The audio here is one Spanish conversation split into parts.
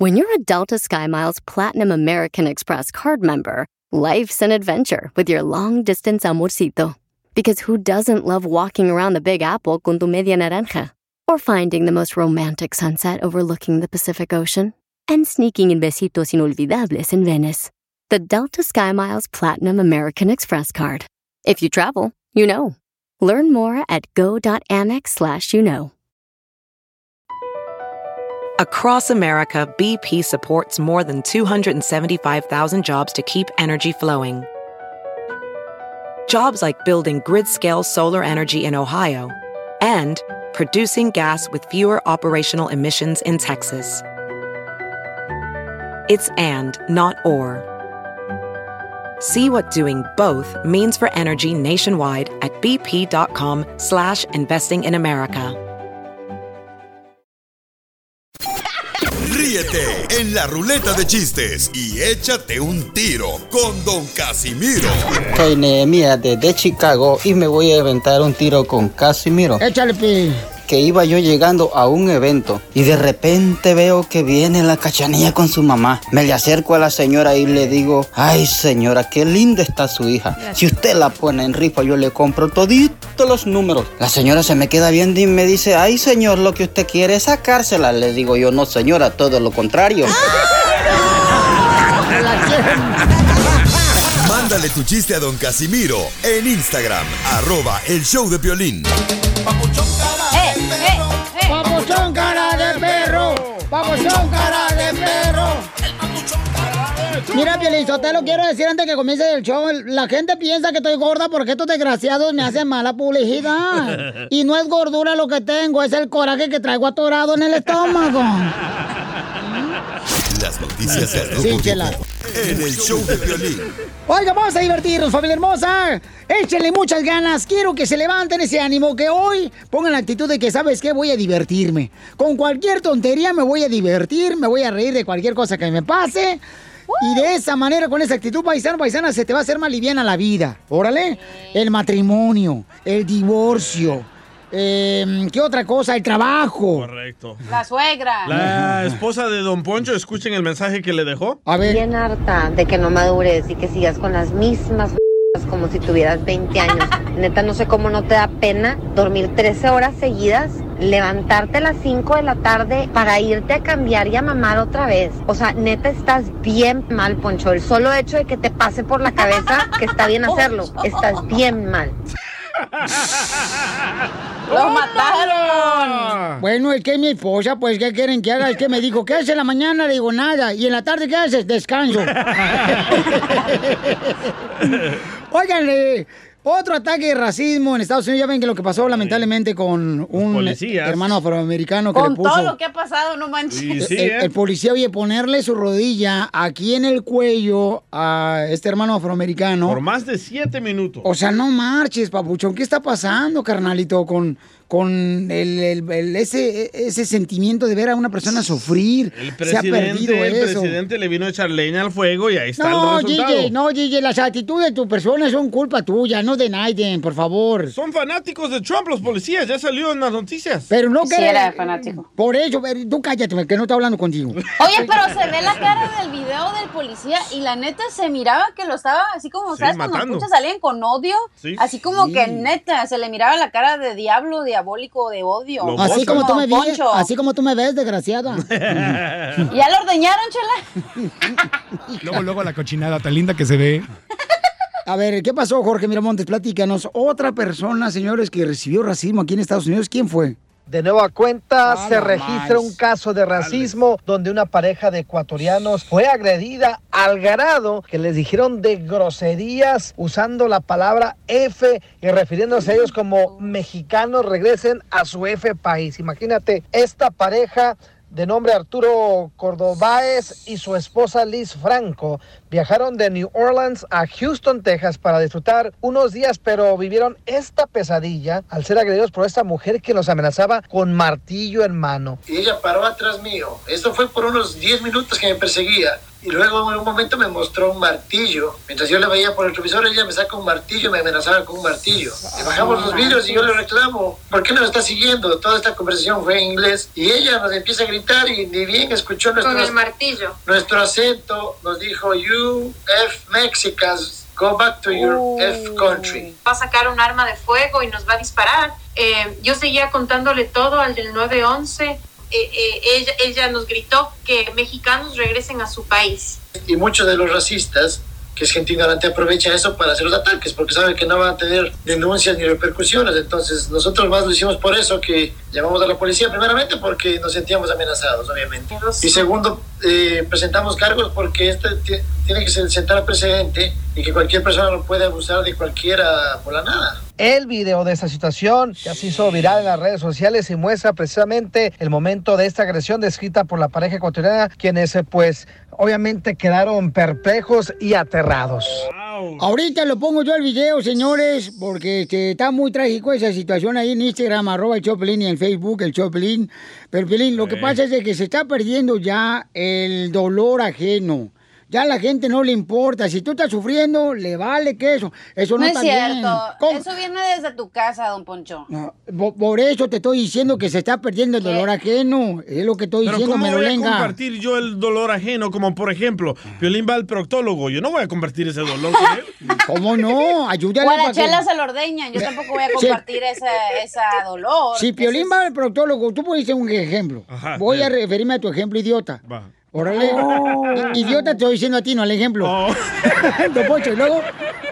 When you're a Delta SkyMiles Platinum American Express card member, life's an adventure with your long-distance amorcito. Because who doesn't love walking around the Big Apple con tu media naranja? Or finding the most romantic sunset overlooking the Pacific Ocean? And sneaking in besitos inolvidables in Venice. The Delta SkyMiles Platinum American Express card. If you travel, you know. Learn more at go.amex/you-know. Across America, BP supports more than 275,000 jobs to keep energy flowing. Jobs like building grid-scale solar energy in Ohio and producing gas with fewer operational emissions in Texas. It's and, not or. See what doing both means for energy nationwide at bp.com/investing in America. Ríete en la ruleta de chistes y échate un tiro con Don Casimiro. Soy Nehemia desde Chicago y me voy a aventar un tiro con Casimiro. Échale, pi. Que iba yo llegando a un evento y de repente veo que viene la Cachanilla con su mamá. Me le acerco a la señora y le digo: ay, señora, qué linda está su hija. Si usted la pone en rifa, yo le compro toditos los números. La señora se me queda viendo y me dice: ay, señor, lo que usted quiere es sacársela. Le digo yo: no, señora, todo lo contrario. Mándale tu chiste a Don Casimiro en Instagram, @elshowdepiolín. ¡Papuchón cara de perro! ¡Papuchón cara de perro! Mira, Piolín Sotelo, quiero decir antes que comience el show, la gente piensa que estoy gorda porque estos desgraciados me hacen mala publicidad. Y no es gordura lo que tengo, es el coraje que traigo atorado en el estómago. Las noticias del Grupo Tipo en el show de Piolín. Oiga, vamos a divertirnos, familia hermosa. Échenle muchas ganas. Quiero que se levanten ese ánimo, que hoy pongan la actitud de que, ¿sabes qué? Voy a divertirme. Con cualquier tontería me voy a divertir, me voy a reír de cualquier cosa que me pase. Y de esa manera, con esa actitud, paisano, paisana, se te va a hacer más liviana la vida. Órale. El matrimonio, el divorcio. ¿Qué otra cosa? El trabajo. Correcto. La suegra. La esposa de Don Poncho, escuchen el mensaje que le dejó. A ver. Bien harta de que no madures y que sigas con las mismas como si tuvieras 20 años. Neta, no sé cómo no te da pena dormir 13 horas seguidas, levantarte a las 5 de la tarde para irte a cambiar y a mamar otra vez. O sea, neta, estás bien mal, Poncho. El solo hecho de que te pase por la cabeza que está bien hacerlo, estás bien mal. ¡Lo mataron! Bueno, es que mi esposa, pues, ¿qué quieren que haga? Es que me dijo: ¿qué haces en la mañana? Le digo: nada. ¿Y en la tarde qué haces? Descanso. Oigan, otro ataque de racismo en Estados Unidos. Ya ven que lo que pasó lamentablemente con un policías. hermano afroamericano que Con le puso... todo lo que ha pasado, no manches. Sí, el policía, oye, ponerle su rodilla aquí en el cuello a este hermano afroamericano. Por más de 7 minutos. O sea, no marches, papuchón. ¿Qué está pasando, carnalito? Con ese sentimiento de ver a una persona sufrir. Se ha perdido El eso. presidente le vino a echar leña al fuego y ahí está el resultado. Gigi, las actitudes de tu persona son culpa tuya, no de Naiden, por favor. Son fanáticos de Trump, los policías, ya salió en las noticias. Pero no que... Sí, era fanático. Por eso, tú cállate, que no está hablando contigo. Oye, pero se ve la cara del video del policía y la neta se miraba que lo estaba así como, ¿sabes? matando. Cuando muchos salían con odio, Sí. así como que neta, se le miraba la cara de diablo, diabólico, de odio. Así como tú me ves, Poncho. así como tú me ves, desgraciada. ¿Ya lo ordeñaron, chela? Luego la cochinada tan linda que se ve. A ver, ¿qué pasó, Jorge Miramontes? Platícanos. Otra persona, señores, que recibió racismo aquí en Estados Unidos, ¿quién fue? De nueva cuenta, se no registra más. un caso de racismo donde una pareja de ecuatorianos fue agredida al grado que les dijeron de groserías usando la palabra F y refiriéndose a ellos como mexicanos regresen a su F país. Imagínate, esta pareja de nombre Arturo Cordobáez y su esposa Liz Franco viajaron de New Orleans a Houston, Texas para disfrutar unos días, pero vivieron esta pesadilla al ser agredidos por esta mujer que los amenazaba con martillo en mano. Y ella paró atrás mío. Esto fue por unos 10 minutos que me perseguía. Y luego en un momento me mostró un martillo. Mientras yo le veía por el retrovisor, ella me saca un martillo y me amenazaba con un martillo. Le bajamos los vidrios y yo le reclamo, ¿por qué no me está siguiendo? Toda esta conversación fue en inglés. Y ella nos empieza a gritar y ni bien escuchó con el martillo. Nuestro acento, nos dijo, you F Mexicans, go back to your F country. Va a sacar un arma de fuego y nos va a disparar. Yo seguía contándole todo al del 911. Ella nos gritó que mexicanos regresen a su país. Y muchos de los racistas, que es gente ignorante, aprovechan eso para hacer los ataques, porque saben que no van a tener denuncias ni repercusiones. Entonces nosotros más lo hicimos por eso, que llamamos a la policía, primeramente porque nos sentíamos amenazados, obviamente. Y segundo, presentamos cargos porque tiene que sentar precedente y que cualquier persona no puede abusar de cualquiera por la nada. El video de esta situación ya se hizo viral en las redes sociales y muestra precisamente el momento de esta agresión descrita por la pareja ecuatoriana, quienes pues obviamente quedaron perplejos y aterrados. Ahorita lo pongo yo el video, señores, porque está muy trágico esa situación ahí en Instagram, @el Choplin, y en Facebook, el Choplin. Pero, Piolín, lo que pasa es de que se está perdiendo ya el dolor ajeno. Ya a la gente no le importa. Si tú estás sufriendo, le vale queso. Eso no No está es cierto. bien. ¿Cómo? Eso viene desde tu casa, don Poncho. No, por eso te estoy diciendo que se está perdiendo el dolor ajeno. Es lo que estoy diciendo, ¿cómo voy a Merolenga. compartir yo el dolor ajeno? Como por ejemplo, Piolín va al proctólogo. Yo no voy a compartir ese dolor con él. ¿Cómo no? Ayúdale. O a la chela se lo ordeñan. Yo tampoco voy a compartir esa dolor. Si Piolín va al proctólogo, tú puedes decir un ejemplo. Ajá, Voy a referirme a tu ejemplo, idiota. Va. Órale. Idiota te estoy diciendo a ti, no al ejemplo. Don Poncho, y luego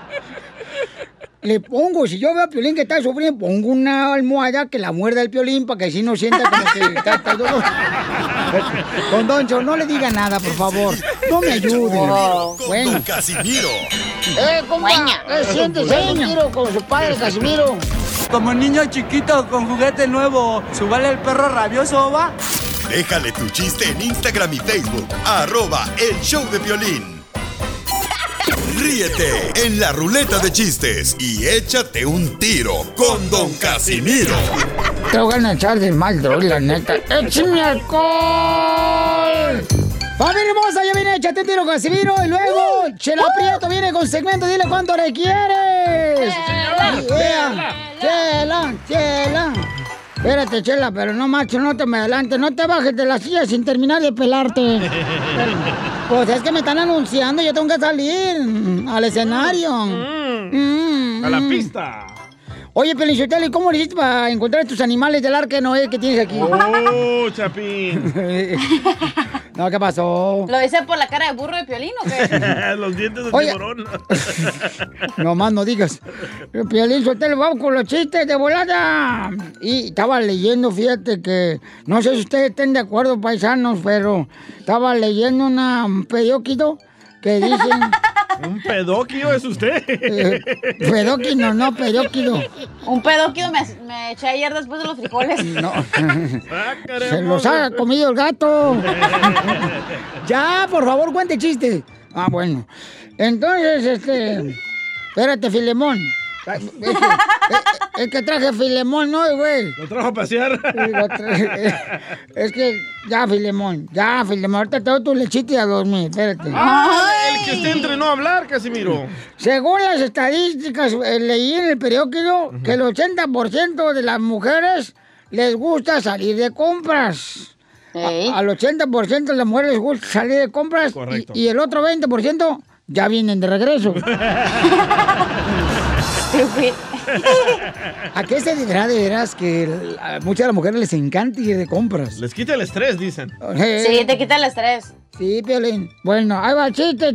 le pongo, si yo veo a Piolín que está sufriendo, pongo una almohada que la muerda el Piolín para que así no sienta como que está dolor. Don Doncho, no le diga nada, por favor. No me ayude. Con Don Casimiro. Compa, siéntese un tiro con su padre, Casimiro. Como niño chiquito con juguete nuevo, ¿subale el perro rabioso, va? Déjale tu chiste en Instagram y Facebook, @el show de Piolín. Ríete en la ruleta de chistes y échate un tiro con Don Casimiro. Te voy a echar de mal, la neta. ¡Échame alcohol! ¡Familia hermosa! Ya viene, échate un tiro con Casimiro. Y luego, Chela Prieto viene con segmento. Dile cuánto le quieres. Chela. Espérate, Chela, pero no, macho, no te me adelantes. No te bajes de la silla sin terminar de pelarte. Pues es que me están anunciando. Yo tengo que salir al escenario. A la pista. Oye, Pelichotelo, ¿y cómo le hiciste para encontrar tus animales del arca de Noé que tienes aquí? ¡Oh, Chapín! No, ¿qué pasó? ¿Lo dice por la cara de burro de Piolín o qué? Los dientes de tiburón. No más no digas. Piolín Sotelo, vamos con los chistes de volada. Y estaba leyendo, fíjate que... No sé si ustedes estén de acuerdo, paisanos, pero... Estaba leyendo un periódico que dicen... ¿Un pedóquio es usted? Pedóquino, no, pedóquino. Un pedóquino me eché ayer después de los frijoles. No. Se los ha comido el gato. Ya, por favor, cuente chiste. Ah, bueno. Entonces, espérate, Filemón. Es que traje Filemón, ¿no, güey? ¿Lo trajo a pasear? Es que, ya, Filemón. Ahorita te doy tu lechita y a dormir, espérate. El que usted entrenó a hablar, Casimiro. Según las estadísticas, leí en el periódico que el 80% de las mujeres les gusta salir de compras. Al 80% de las mujeres les gusta salir de compras. Correcto. Y el otro 20% ya vienen de regreso. ¿A qué se deberá de veras que a muchas de las mujeres les encanta ir de compras? Les quita el estrés, dicen. Sí, te quita el estrés. Sí, Piolín. Bueno, ahí va, chiste.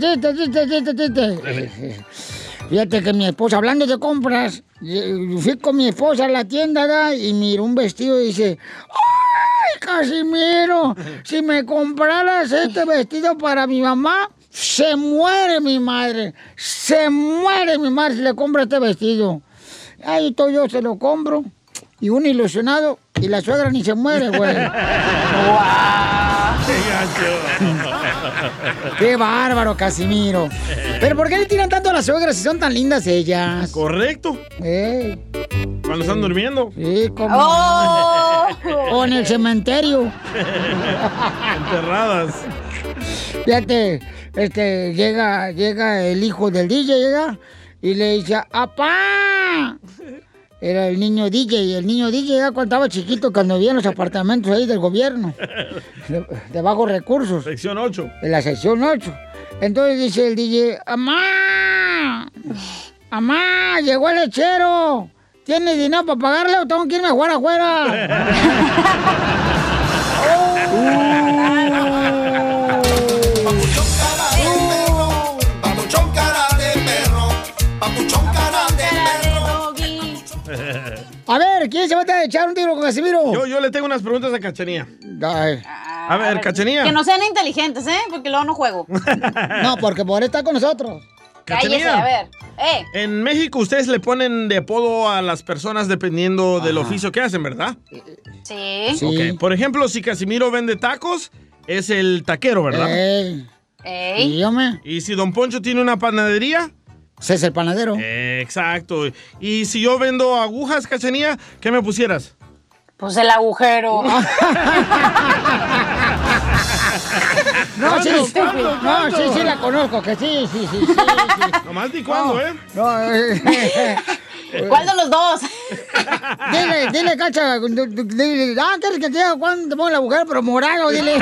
Fíjate que mi esposa, hablando de compras, fui con mi esposa a la tienda, ¿verdad? Y miró un vestido y dice... ¡Ay, Casimiro! Si me compraras este vestido para mi mamá... Se muere mi madre si le compra este vestido. Ahí todo yo se lo compro. Y un ilusionado, y la suegra ni se muere, güey. ¡Qué gacho! ¡Qué bárbaro, Casimiro! ¿Pero por qué le tiran tanto a las suegras si son tan lindas ellas? Correcto. Cuando están durmiendo. Sí, como... O en el cementerio. Enterradas. Fíjate, llega el hijo del DJ, llega, y le dice, ¡apá! Era el niño DJ, y el niño DJ ya cuando estaba chiquito, cuando vivía en los apartamentos ahí del gobierno, de bajos recursos. Sección 8. En la sección 8. Entonces dice el DJ, ¡amá! ¡Amá! ¡Llegó el lechero! ¿Tiene dinero para pagarle o tengo que irme a jugar afuera? Papuchón cara de perro, papuchón cara de perro. A ver, ¿quién se va a echar un tiro con Casimiro? Yo le tengo unas preguntas a Cachanía. A ver, Cachanía. Que no sean inteligentes, ¿eh? Porque luego no juego. No, porque por estar con nosotros. Cállese, a ver. En México ustedes le ponen de apodo a las personas dependiendo del oficio que hacen, ¿verdad? Sí. Ok, por ejemplo, si Casimiro vende tacos, es el taquero, ¿verdad? Ey. Y si Don Poncho tiene una panadería, es el panadero. Exacto. Y si yo vendo agujas, Cachanía, ¿qué me pusieras? Pues el agujero. No, sí, sí la conozco, que sí. Nomás di cuándo, ¿eh? ¿Cuál de los dos? Dile, Cacha, dile, ¿quieres que te diga cuándo te pongo el agujero, pero morado? Dile.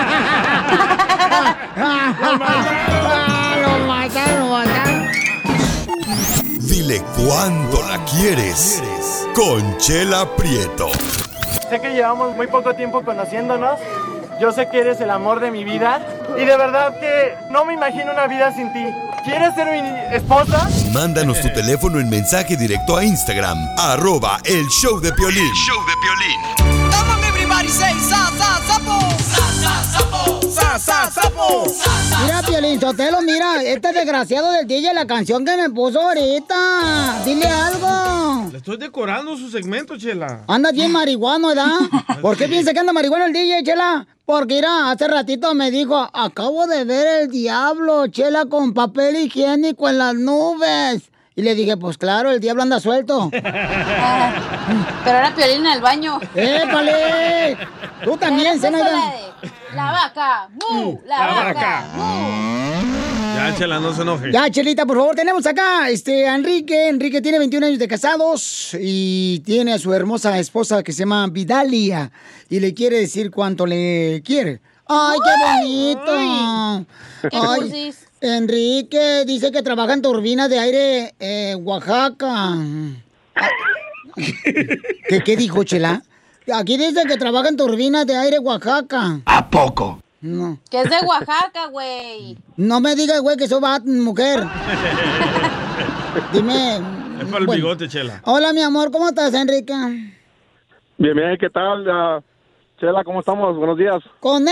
Lo mataron. Dile cuándo la quieres. Conchela Prieto. Sé que llevamos muy poco tiempo conociéndonos. Yo sé que eres el amor de mi vida. Y de verdad que no me imagino una vida sin ti. ¿Quieres ser mi esposa? Mándanos tu teléfono en mensaje directo a Instagram, @elshowdepiolín. El show de Piolín. Come on, everybody say sa, sa, sapo. Sa, sa, sapo. Sa, sa, sapo. Mira, Piolín Sotelo, mira, este desgraciado del DJ, la canción que me puso ahorita. Dile algo. Le estoy decorando su segmento, Chela. Anda bien marihuano, ¿verdad? ¿Por qué piensa que anda marihuano el DJ, Chela? Porque, mira, hace ratito me dijo, acabo de ver el diablo, Chela, con papel higiénico en las nubes. Y le dije, pues claro, el diablo anda suelto. Pero era Piolín en el baño. ¡Épale! Tú también, Zenaida. La vaca, la vaca, Ya, Chela, no se enoje. Ya, Chelita, por favor, tenemos acá a Enrique. Enrique tiene 21 años de casados y tiene a su hermosa esposa que se llama Vidalia y le quiere decir cuánto le quiere. ¡Ay, qué bonito! Ay, Enrique dice que trabaja en turbinas de aire Oaxaca. ¿Qué dijo, Chela? Aquí dice que trabaja en turbinas de aire Oaxaca. ¿A poco? No. Que es de Oaxaca, güey. No me digas, güey, que soy mujer. Dime. Es para el bigote, Chela. Hola, mi amor, ¿cómo estás, Enrique? Bien, ¿qué tal? Chela, ¿cómo estamos? Buenos días. Con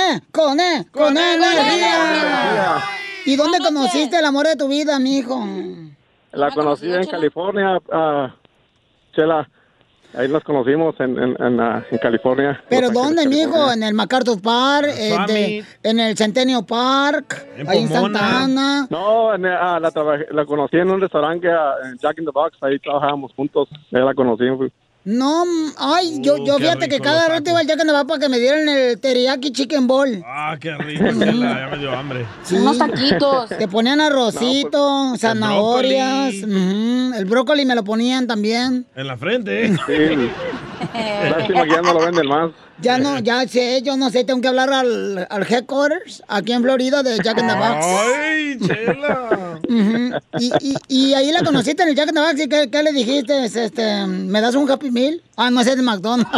energía. ¿Y dónde conociste el amor de tu vida, mijo? La conocí en California, Chela. Ahí nos conocimos en California. ¿Pero dónde, mijo? ¿En el MacArthur Park? ¿En el Centennial Park? ¿Ahí en Santa Ana? No, la conocí en un restaurante, en Jack in the Box. Ahí trabajábamos juntos. Ahí la conocí. No, ay, yo fíjate que cada rato iba al Jack in the Box para que me dieran el teriyaki chicken ball. Ah, qué rico, Chela, ya me dio hambre. Sí. Unos taquitos. Te ponían arrocito, zanahorias, el brócoli me lo ponían también. En la frente, ¿eh? Sí. Lástima que ya no lo venden más. Ya sé, yo no sé, tengo que hablar al headquarters aquí en Florida de Jack in the Box. ¡Ay, Chela! Y ahí la conociste en el Jack in the Box, ¿y qué le dijiste? ¿Me das un Happy Meal? Ah, no, ese es de McDonald's.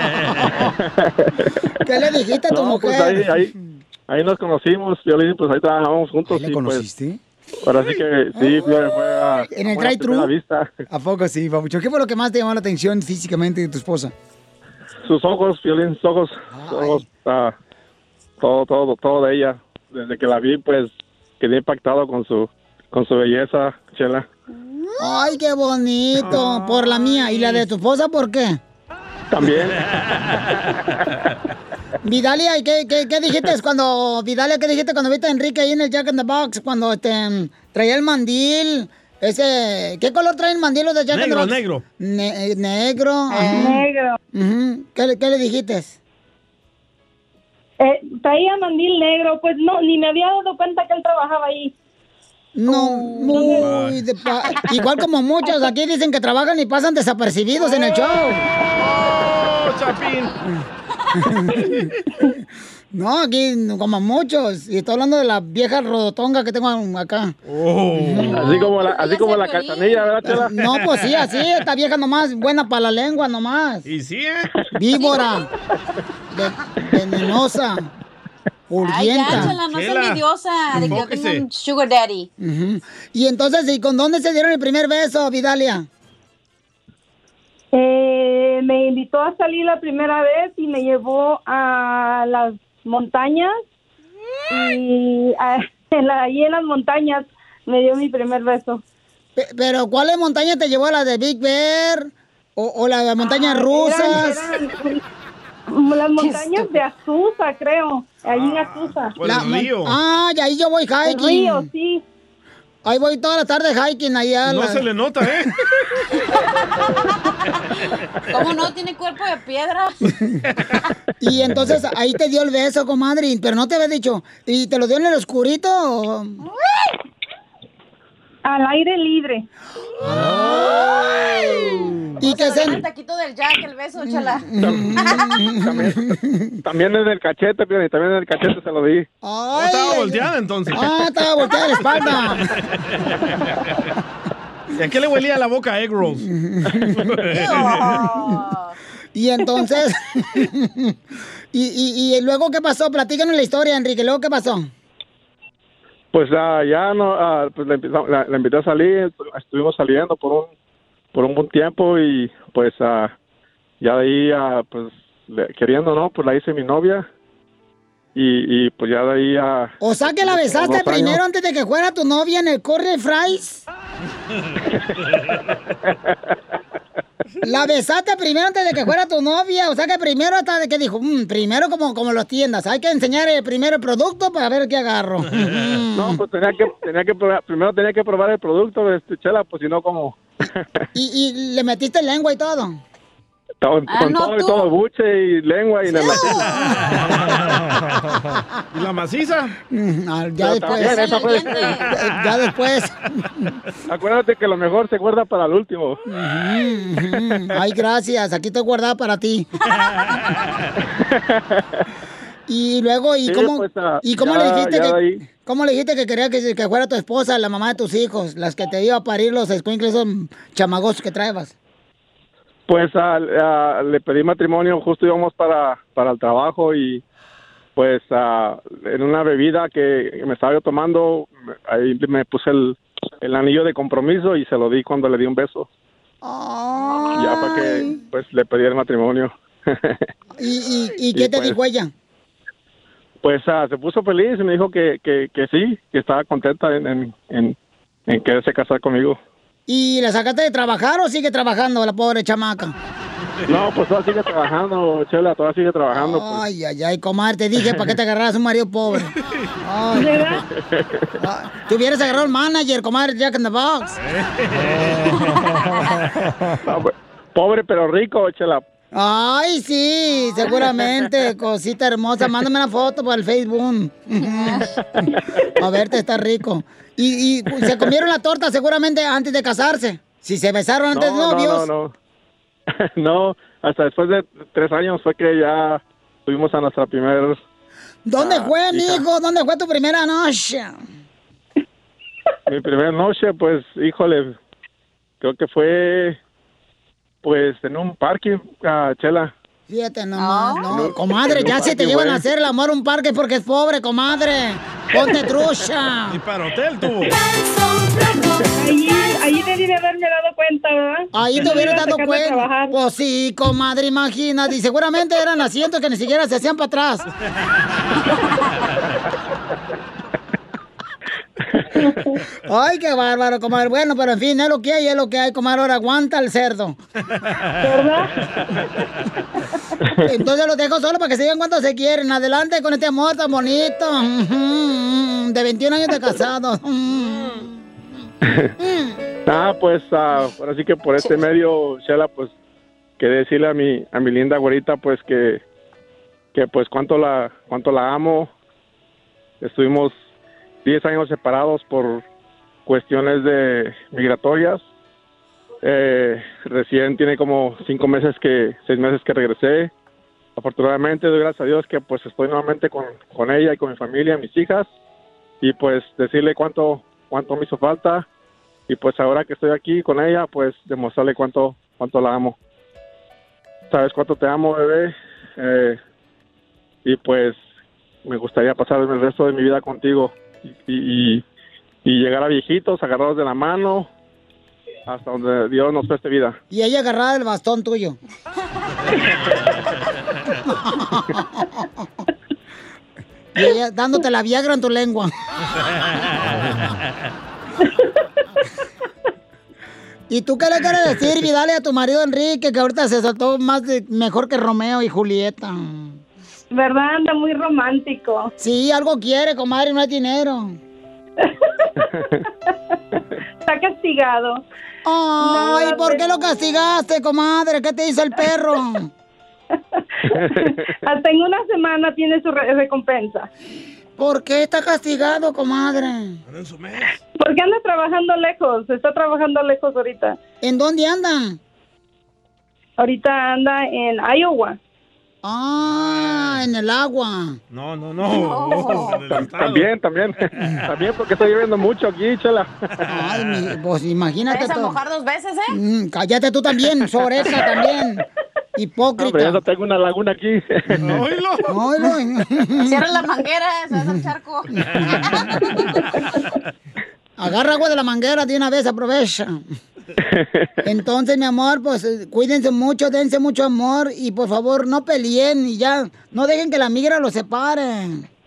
¿Qué le dijiste a tu mujer? Pues ahí nos conocimos, Piolín, pues ahí trabajábamos juntos. ¿Ahí la conociste? Pues, ahora sí que sí, fue a... ¿En el drive-thru? ¿A poco sí, papucho? ¿Qué fue lo que más te llamó la atención físicamente de tu esposa? Sus ojos, Piolín, sus ojos, todo de ella. Desde que la vi, pues, quedé impactado con su belleza, Chela. Ay, qué bonito, por la mía. ¿Y la de tu esposa por qué? También. Vidalia, ¿qué dijiste cuando viste a Enrique ahí en el Jack in the Box? Cuando traía el mandil. ¿Qué color trae el mandil de Jack in the Box? Negro. Negro. Negro. ¿Qué le dijiste? Traía mandil negro, pues no, ni me había dado cuenta que él trabajaba ahí. No, muy igual como muchos aquí dicen que trabajan y pasan desapercibidos en el show. ¡Oh, Chapín! No, aquí como muchos. Y estoy hablando de la vieja rodotonga que tengo acá. Así como la Cachanilla, ¿verdad, Chela? No, pues sí, así, esta vieja nomás, buena para la lengua nomás. ¿Y sí, Víbora. Venenosa. Ay, ya, Urgienta. Chela, no sea envidiosa de que yo tengo un sugar daddy. Y entonces, ¿y con dónde se dieron el primer beso, Vidalia? Me invitó a salir la primera vez y me llevó a las montañas y ahí en las montañas me dio mi primer beso. ¿Pero cuáles montañas te llevó? ¿La de Big Bear? ¿O las montañas rusas? Eran las montañas de Azusa, creo. Ahí en Azusa. El río. Y ahí yo voy hiking. El río, sí. Ahí voy todas las tardes hiking allá. No se le nota, ¿eh? ¿Cómo no? Tiene cuerpo de piedra. Y entonces ahí te dio el beso, comadre, pero no te había dicho. ¿Y te lo dio en el oscurito o...? Al aire libre. ¿Y qué se el taquito del Jack, el beso, Chela? También en el cachete, y también en el cachete se lo di. Estaba volteada entonces. Estaba volteada de la espalda. ¿Y a qué le huelía la boca a egg rolls? Y entonces... y luego, ¿qué pasó? Platícanos la historia, Enrique. ¿Luego qué pasó? Pues ya no, pues la invité a salir, estuvimos saliendo por un buen tiempo y pues ya de ahí, pues queriendo, ¿no? Pues la hice mi novia y pues ya de ahí O sea que la besaste primero antes de que fuera tu novia en el Curly Fries. La besaste primero antes de que fuera tu novia. O sea que primero hasta de que dijo, primero como las tiendas, hay que enseñar primero el producto para ver qué agarro. No, pues tenía que probar, primero tenía que probar el producto, Chela, pues si no como. ¿Y le metiste lengua y todo? Con todo, buche y lengua y la ¿Y la maciza? Ya después. Ya después. Acuérdate que lo mejor se guarda para el último. Ay, gracias. Aquí estoy guardada para ti. Y luego, ¿cómo le dijiste cómo le dijiste que quería que fuera tu esposa, la mamá de tus hijos, las que te iba a parir los escuincles, son chamagos que traebas? Pues le pedí matrimonio, justo íbamos para el trabajo y pues en una bebida que me estaba yo tomando, ahí me puse el anillo de compromiso y se lo di cuando le di un beso. Ya para que pues le pedí el matrimonio. ¿Y qué te dijo ella? Pues se puso feliz y me dijo que sí, que estaba contenta en quererse casar conmigo. ¿Y la sacaste de trabajar o sigue trabajando la pobre chamaca? No, pues todavía sigue trabajando, Chela, todavía sigue trabajando. Ay, comadre, te dije para que te agarraras un marido pobre. Ay, ¿verdad? Tú hubieras agarrado el manager, comadre, Jack in the Box. No, pues, pobre pero rico, Chela. Ay, sí, seguramente, cosita hermosa. Mándame una foto para el Facebook. A verte, está rico. Y se comieron la torta seguramente antes de casarse. Si se besaron antes de novios. No, hasta después de 3 años fue que ya tuvimos a nuestra primera... ¿Dónde fue, mijo? ¿Dónde fue tu primera noche? Mi primera noche, pues, híjole, creo que fue... Pues en un parque, Chela. Fíjate nomás, no. Comadre, ya si te llevan a hacer el amor a un parque porque es pobre, comadre. Ponte trucha. Y para hotel tuvo. Ahí debí de haberme dado cuenta, ¿verdad? Ahí te hubieras dado cuenta. Pues sí, comadre, imagínate. Y seguramente eran asientos que ni siquiera se hacían para atrás. Ay, qué bárbaro, comadre. Bueno, pero en fin, es lo que hay, comadre. Ahora aguanta el cerdo. ¿Verdad? Entonces los dejo solo para que se digan cuánto se quieren. Adelante con este amor tan bonito. De 21 años de casado. Pues ahora sí que por este medio, Chela, pues quería decirle a mi linda güerita, pues que pues cuánto la amo. Estuvimos 10 años separados por cuestiones de migratorias. Recién tiene como 6 meses que regresé. Afortunadamente doy gracias a Dios que pues estoy nuevamente con ella y con mi familia, mis hijas, y pues decirle cuánto me hizo falta, y pues ahora que estoy aquí con ella, pues demostrarle cuánto la amo. Sabes cuánto te amo, bebé, y pues me gustaría pasar el resto de mi vida contigo y llegar a viejitos, agarrados de la mano, hasta donde Dios nos preste vida. Y ella agarrada del bastón tuyo. Y ella dándote la Viagra en tu lengua. ¿Y tú qué le quieres decir, Vidal, a tu marido Enrique, que ahorita se soltó mejor que Romeo y Julieta? ¿Verdad? Anda muy romántico. Sí, algo quiere, comadre, no hay dinero. Está castigado. Ay, no, ¿por qué lo castigaste, comadre? ¿Qué te hizo el perro? Hasta en una semana tiene su recompensa. ¿Por qué está castigado, comadre? Porque anda trabajando lejos. Está trabajando lejos ahorita. ¿En dónde anda? Ahorita anda en Iowa. Ah, en el agua. No. También, porque está lloviendo mucho aquí, Chela. Ay, pues imagínate. ¿Te vas a mojar 2 veces, eh? Cállate tú también, Soresa también. Hipócrita. No, yo tengo una laguna aquí. Oílo. Cierra la manguera, se va al charco. Agarra agua de la manguera de una vez, aprovecha. Entonces, mi amor, pues cuídense mucho, dense mucho amor y por favor no peleen y ya, no dejen que la migra los separe.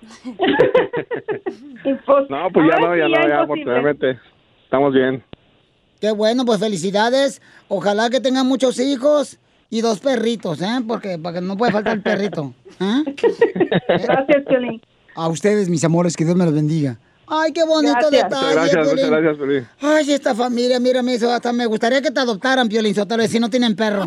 No, pues ya afortunadamente estamos bien. Qué bueno, pues felicidades. Ojalá que tengan muchos hijos y 2 perritos, porque no puede faltar el perrito. Gracias, Piolín. A ustedes, mis amores, que Dios me los bendiga. Ay, qué bonito detalle. Muchas gracias, Piolín. Ay, esta familia, mírame eso, hasta me gustaría que te adoptaran, Piolín Sotelo, si no tienen perro.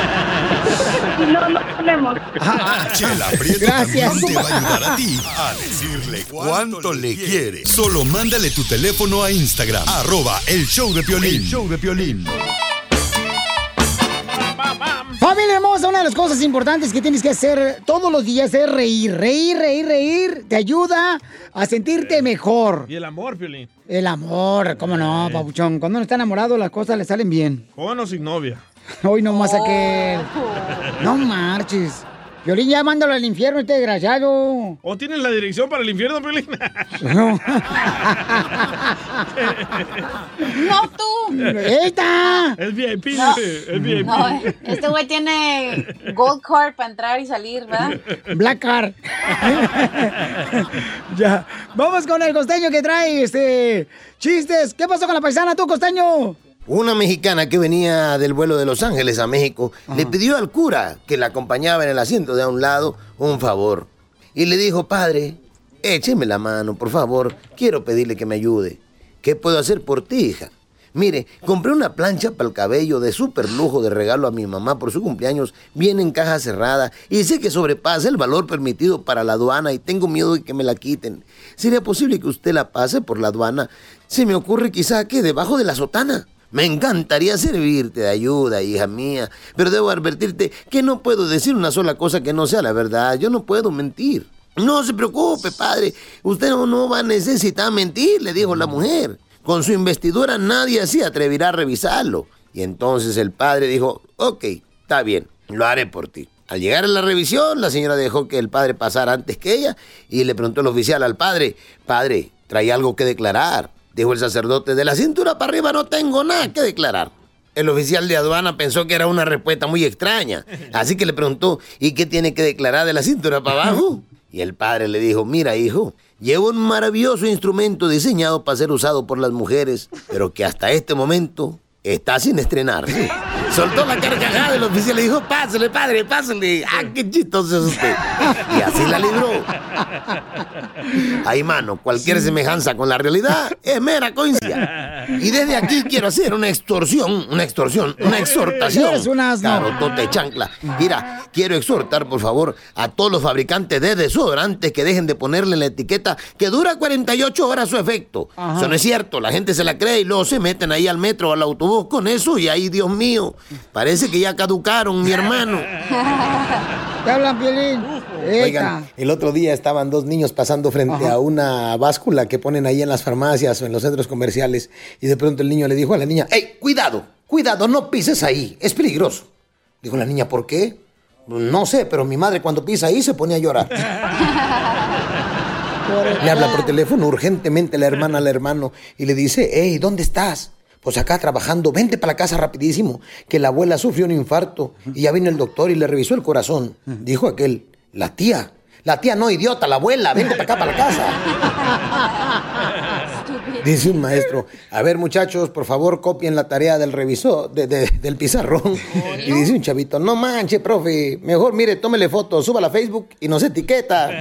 No tenemos. Chela Prieto también te va a ayudar a ti a decirle cuánto le quiere. Solo mándale tu teléfono a Instagram, @elshowdepiolín. El show de Piolín. Familia hermosa, una de las cosas importantes que tienes que hacer todos los días es reír. Reír. Te ayuda a sentirte mejor. Y el amor, Piolín. El amor, ¿cómo no, papuchón? Cuando uno está enamorado, las cosas le salen bien. Con o sin novia. Hoy nomás aquel. No marches. Piolín, ya mándalo al infierno, este desgraciado. ¿O tienes la dirección para el infierno, Piolín? No. No tú. ¡Eita! Es VIP, No. es VIP. No, este güey tiene Gold Card para entrar y salir, ¿verdad? Black Card. Ya. Vamos con el costeño que trae chistes. ¿Qué pasó con la paisana tú, costeño? Una mexicana que venía del vuelo de Los Ángeles a México le pidió al cura que la acompañaba en el asiento de a un lado un favor. Y le dijo: padre, écheme la mano, por favor, quiero pedirle que me ayude. ¿Qué puedo hacer por ti, hija? Mire, compré una plancha para el cabello de súper lujo de regalo a mi mamá por su cumpleaños, viene en caja cerrada y sé que sobrepasa el valor permitido para la aduana y tengo miedo de que me la quiten. ¿Sería posible que usted la pase por la aduana? Se me ocurre quizá que debajo de la sotana. Me encantaría servirte de ayuda, hija mía, pero debo advertirte que no puedo decir una sola cosa que no sea la verdad. Yo no puedo mentir. No se preocupe, padre. Usted no va a necesitar mentir, le dijo la mujer. Con su investidura nadie se atreverá a revisarlo. Y entonces el padre dijo: ok, está bien, lo haré por ti. Al llegar a la revisión, la señora dejó que el padre pasara antes que ella y le preguntó el oficial al padre: padre, ¿trae algo que declarar? Dijo el sacerdote: de la cintura para arriba no tengo nada que declarar. El oficial de aduana pensó que era una respuesta muy extraña, así que le preguntó: ¿y qué tiene que declarar de la cintura para abajo? Y el padre le dijo: mira, hijo, llevo un maravilloso instrumento diseñado para ser usado por las mujeres, pero que hasta este momento está sin estrenarse. Soltó la carcajada del oficial y le dijo: pásale, padre, pásale. ¡Ah, qué chistoso es usted! Y así la libró. Ay, mano, cualquier semejanza con la realidad es mera coincidencia. Y desde aquí quiero hacer una extortación. Eres un asno. Claro, tote chancla. Mira, quiero exhortar, por favor, a todos los fabricantes de desodorantes que dejen de ponerle la etiqueta que dura 48 horas su efecto. Ajá. Eso no es cierto, la gente se la cree y luego se meten ahí al metro o al autobús con eso y ahí, Dios mío, parece que ya caducaron, mi hermano. ¿Te hablan, Piolín? Oigan, el otro día estaban dos niños pasando frente a una báscula que ponen ahí en las farmacias o en los centros comerciales y de pronto el niño le dijo a la niña, ¡Ey, cuidado, no pises ahí, es peligroso! Dijo la niña, ¿por qué? No sé, pero mi madre cuando pisa ahí se pone a llorar. Le habla por teléfono urgentemente la hermana al hermano y le dice, ¡Ey, ¿dónde estás? Pues acá trabajando, vente para la casa rapidísimo, que la abuela sufrió un infarto y ya vino el doctor y le revisó el corazón. Dijo aquel, la tía no, idiota, la abuela, vente para acá, para la casa. Dice un maestro, a ver muchachos, por favor copien la tarea del revisor, del pizarrón. Y dice un chavito, no manche, profe, mejor mire, tómele foto, súbala a Facebook y nos etiqueta.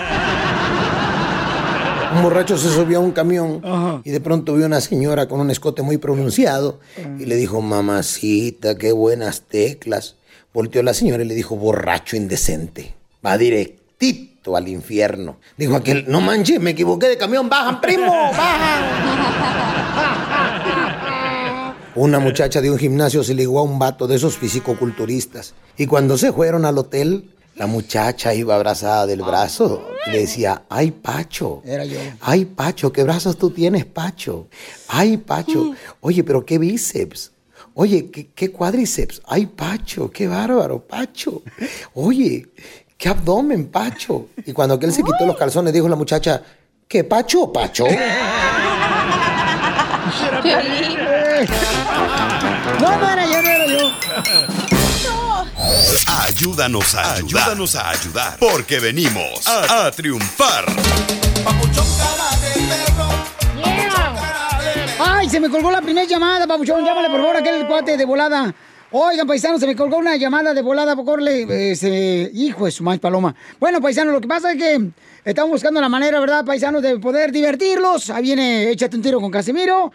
Un borracho se subió a un camión y de pronto vio una señora con un escote muy pronunciado y le dijo, mamacita, qué buenas teclas. Volteó la señora y le dijo, borracho indecente, va directito al infierno. Dijo aquel, no manches, me equivoqué de camión, bajan, primo, bajan. Una muchacha de un gimnasio se ligó a un vato de esos fisicoculturistas y cuando se fueron al hotel, la muchacha iba abrazada del brazo y le decía, ay, Pacho. Era yo. Ay, Pacho, ¿qué brazos tú tienes, Pacho? Ay, Pacho. Oye, pero qué bíceps. Oye, qué cuádriceps. Ay, Pacho, qué bárbaro, Pacho. Oye, qué abdomen, Pacho. Y cuando aquel se quitó los calzones, dijo la muchacha, ¿qué Pacho, Pacho? No era yo. Ayúdanos a ayudar, porque venimos a triunfar. ¡Ay, se me colgó la primera llamada, papuchón! Llámale, por favor, a aquel cuate de volada. Oigan, paisanos, se me colgó una llamada de volada, por hijo de su maíz paloma. Bueno, paisanos, lo que pasa es que estamos buscando la manera, ¿verdad, paisanos, de poder divertirlos? Ahí viene Échate un tiro con Casimiro.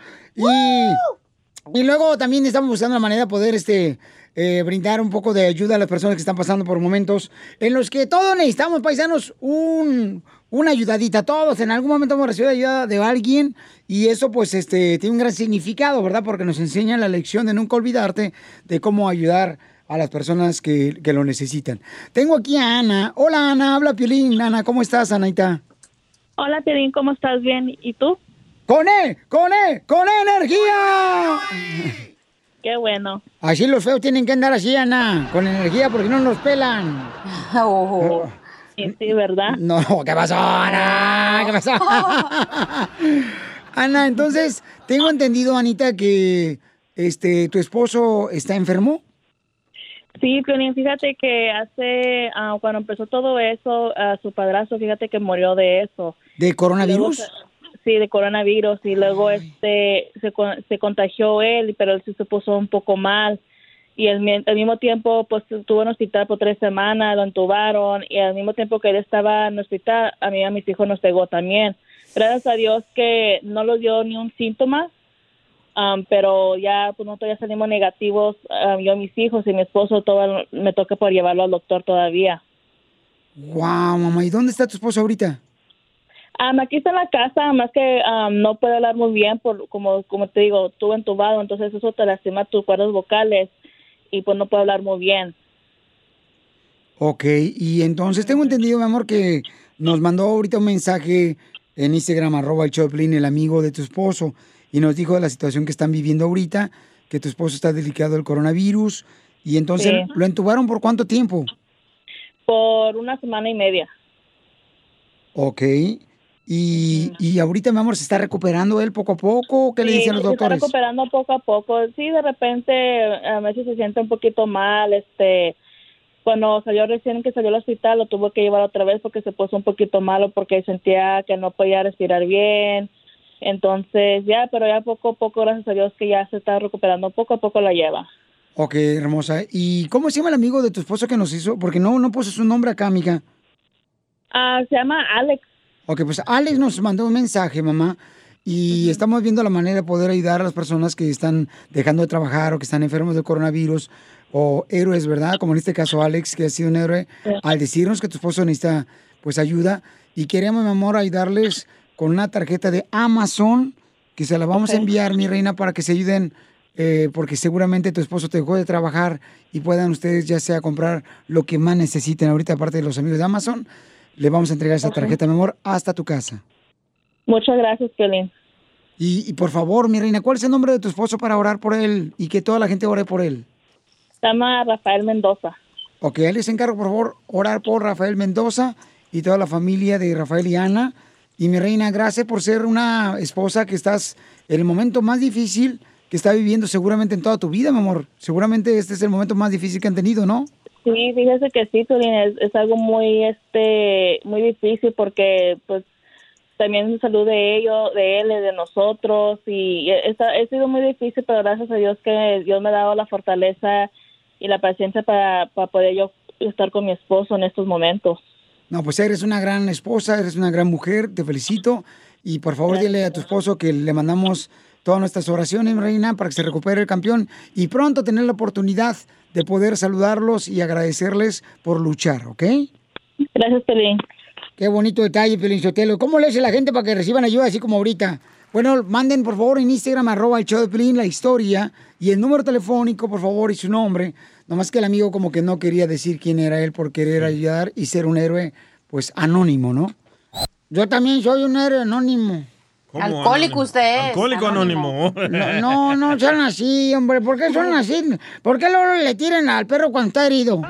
Y luego también estamos buscando la manera de poder, brindar un poco de ayuda a las personas que están pasando por momentos en los que todos necesitamos, paisanos, una ayudadita. Todos en algún momento hemos recibido ayuda de alguien y eso pues tiene un gran significado, ¿verdad? Porque nos enseña la lección de nunca olvidarte de cómo ayudar a las personas que lo necesitan. Tengo aquí a Ana. Hola, Ana, habla Piolín. Ana, ¿cómo estás, Anaita? Hola, Piolín, ¿cómo estás? Bien, ¿y tú? ¡Con energía! Qué bueno. Así los feos tienen que andar así, Ana, con energía, porque no nos pelan. Sí, ¿verdad? No, ¿qué pasó, Ana? ¿Qué pasó? Ana, entonces, tengo entendido, Anita, que tu esposo está enfermo. Sí, Piolín, fíjate que cuando empezó todo eso, su padrastro, fíjate que murió de eso. ¿De coronavirus? Sí, de coronavirus, y luego se contagió él, pero él se puso un poco mal, y al mismo tiempo pues estuvo en el hospital por 3 semanas, lo entubaron, y al mismo tiempo que él estaba en el hospital, a mis hijos nos pegó también. Gracias a Dios que no lo dio ni un síntoma, pero ya pues nosotros ya salimos negativos, yo, mis hijos y mi esposo, todo me toca por llevarlo al doctor todavía. Guau, mamá, ¿y dónde está tu esposo ahorita? Aquí está en la casa, más que no puede hablar muy bien, como te digo, estuvo entubado, entonces eso te lastima tus cuerdas vocales y pues no puede hablar muy bien. Ok, y entonces tengo entendido, mi amor, que nos mandó ahorita un mensaje en Instagram, @el el amigo de tu esposo, y nos dijo de la situación que están viviendo ahorita, que tu esposo está delicado del coronavirus, y entonces, sí. ¿Lo entubaron por cuánto tiempo? Por 1 semana y media. Ok. Y ahorita, mi amor, ¿se está recuperando él poco a poco? ¿Qué le dicen los doctores? Se está recuperando poco a poco. Sí, de repente a veces se siente un poquito mal. Cuando recién salió al hospital, lo tuvo que llevar otra vez porque se puso un poquito malo porque sentía que no podía respirar bien. Entonces, pero ya poco a poco, gracias a Dios, que ya se está recuperando. Poco a poco la lleva. Ok, hermosa. ¿Y cómo se llama el amigo de tu esposo que nos hizo? Porque no puso su nombre acá, amiga. Se llama Alex. Ok, pues Alex nos mandó un mensaje, mamá, Y estamos viendo la manera de poder ayudar a las personas que están dejando de trabajar o que están enfermos del coronavirus o héroes, ¿verdad? Como en este caso Alex, que ha sido un héroe, al decirnos que tu esposo necesita pues ayuda. Y queremos, mi amor, ayudarles con una tarjeta de Amazon que se la vamos a enviar, mi reina, para que se ayuden, porque seguramente tu esposo te dejó de trabajar y puedan ustedes ya sea comprar lo que más necesiten ahorita, aparte de los amigos de Amazon. Le vamos a entregar esa tarjeta, mi amor, hasta tu casa. Muchas gracias, Piolín. Y por favor, mi reina, ¿cuál es el nombre de tu esposo para orar por él y que toda la gente ore por él? Se llama Rafael Mendoza. Ok, él les encargo, por favor, orar por Rafael Mendoza y toda la familia de Rafael y Ana. Y mi reina, gracias por ser una esposa que estás en el momento más difícil que está viviendo seguramente en toda tu vida, mi amor. Seguramente este es el momento más difícil que han tenido, ¿no? Sí, fíjese que sí, Piolín, es algo muy muy difícil porque pues también la salud de ellos, de él y de nosotros, y ha sido muy difícil, pero gracias a Dios que Dios me ha dado la fortaleza y la paciencia para poder yo estar con mi esposo en estos momentos. No, pues eres una gran esposa, eres una gran mujer, te felicito, y por favor dile a tu esposo que le mandamos todas nuestras oraciones, mi reina, para que se recupere el campeón y pronto tener la oportunidad de poder saludarlos y agradecerles por luchar, ¿ok? Gracias, Piolín. Qué bonito detalle, Piolín Sotelo. ¿Cómo le hace la gente para que reciban ayuda así como ahorita? Bueno, manden por favor en Instagram, @el_show_de_Piolín, la historia y el número telefónico, por favor, y su nombre. Nomás que el amigo como que no quería decir quién era él por querer ayudar y ser un héroe, pues, anónimo, ¿no? Yo también soy un héroe anónimo. Alcohólico usted es. Alcohólico anónimo. No sean así, hombre. ¿Por qué son así? ¿Por qué luego le tiran al perro cuando está herido?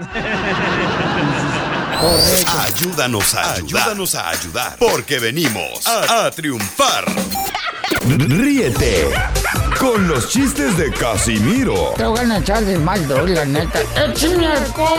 Correcto. Ayúdanos a ayudar. Porque venimos a triunfar. Ríete con los chistes de Casimiro. Te voy a echar de mal, la neta. ¡Échame alcohol!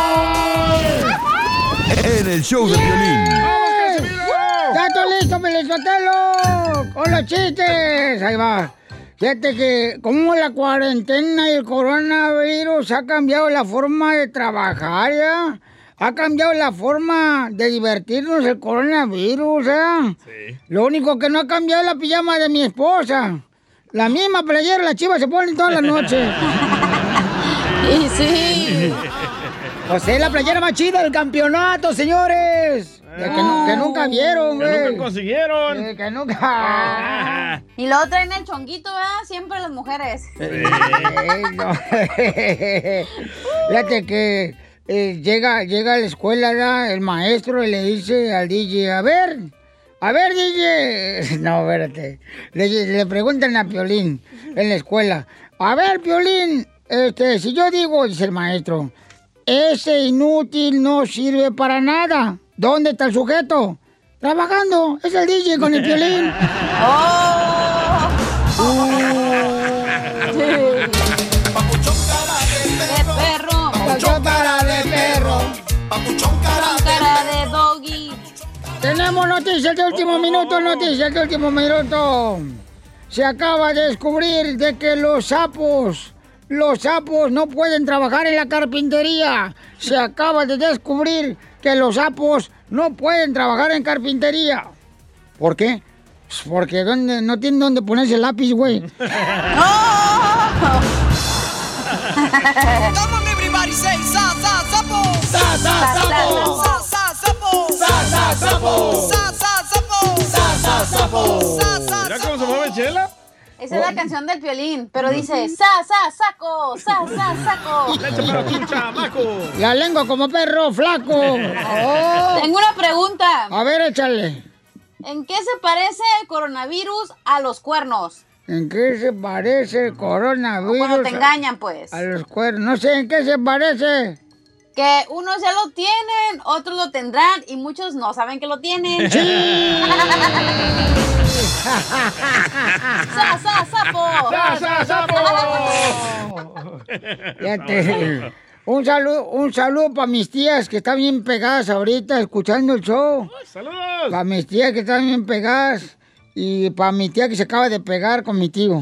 En el show de Piolín. ¡Ya estoy listo, Pelizotelo! ¡Con los chistes! Ahí va. Fíjate que como la cuarentena y el coronavirus ha cambiado la forma de trabajar, ¿ya? Ha cambiado la forma de divertirnos el coronavirus, ¿eh? Sí. Lo único que no ha cambiado es la pijama de mi esposa. La misma playera, las chivas se ponen todas las noches. Y sí. Pues es la playera más chida del campeonato, señores. Que nunca vieron, güey. Que nunca consiguieron. Que nunca. Y luego traen el chonguito, ¿verdad? Siempre las mujeres. No. Fíjate que llega a la escuela, ¿verdad? El maestro y le dice al DJ, a ver, DJ. No, espérate. Le preguntan a Piolín en la escuela. A ver, Piolín, si yo digo, dice el maestro, ese inútil no sirve para nada. ¿Dónde está el sujeto? Trabajando. Es el DJ con el Piolín. ¡Oh! Papuchón cara de perro. Papuchón cara de doggy. Tenemos noticias de último minuto, Se acaba de descubrir de que los sapos no pueden trabajar en la carpintería. Se acaba de descubrir que los sapos no pueden trabajar en carpintería. ¿Por qué? Porque no tienen dónde ponerse el lápiz, güey. Everybody say sa sa sapo. Sa sa sapo. Sa sa sapo. Sa sa sapo. Sa sa sapo. Sa sa sapo. ¿Mira cómo se mueve Chela? Esa es la canción del Piolín, pero dice saco, saco. Leche para tu chamaco. La lengua como perro flaco. Oh. Tengo una pregunta. A ver, échale. ¿En qué se parece el coronavirus a los cuernos? ¿En qué se parece el coronavirus? Cuando te engañan, pues. A los cuernos. No sé, ¿en qué se parece? Que unos ya lo tienen, otros lo tendrán y muchos no saben que lo tienen. ¡Sí! ¡Sapo! Fíjate. Un saludo para mis tías que están bien pegadas ahorita escuchando el show. ¡Saludos! Para mis tías que están bien pegadas. Y para mi tía que se acaba de pegar con mi tío.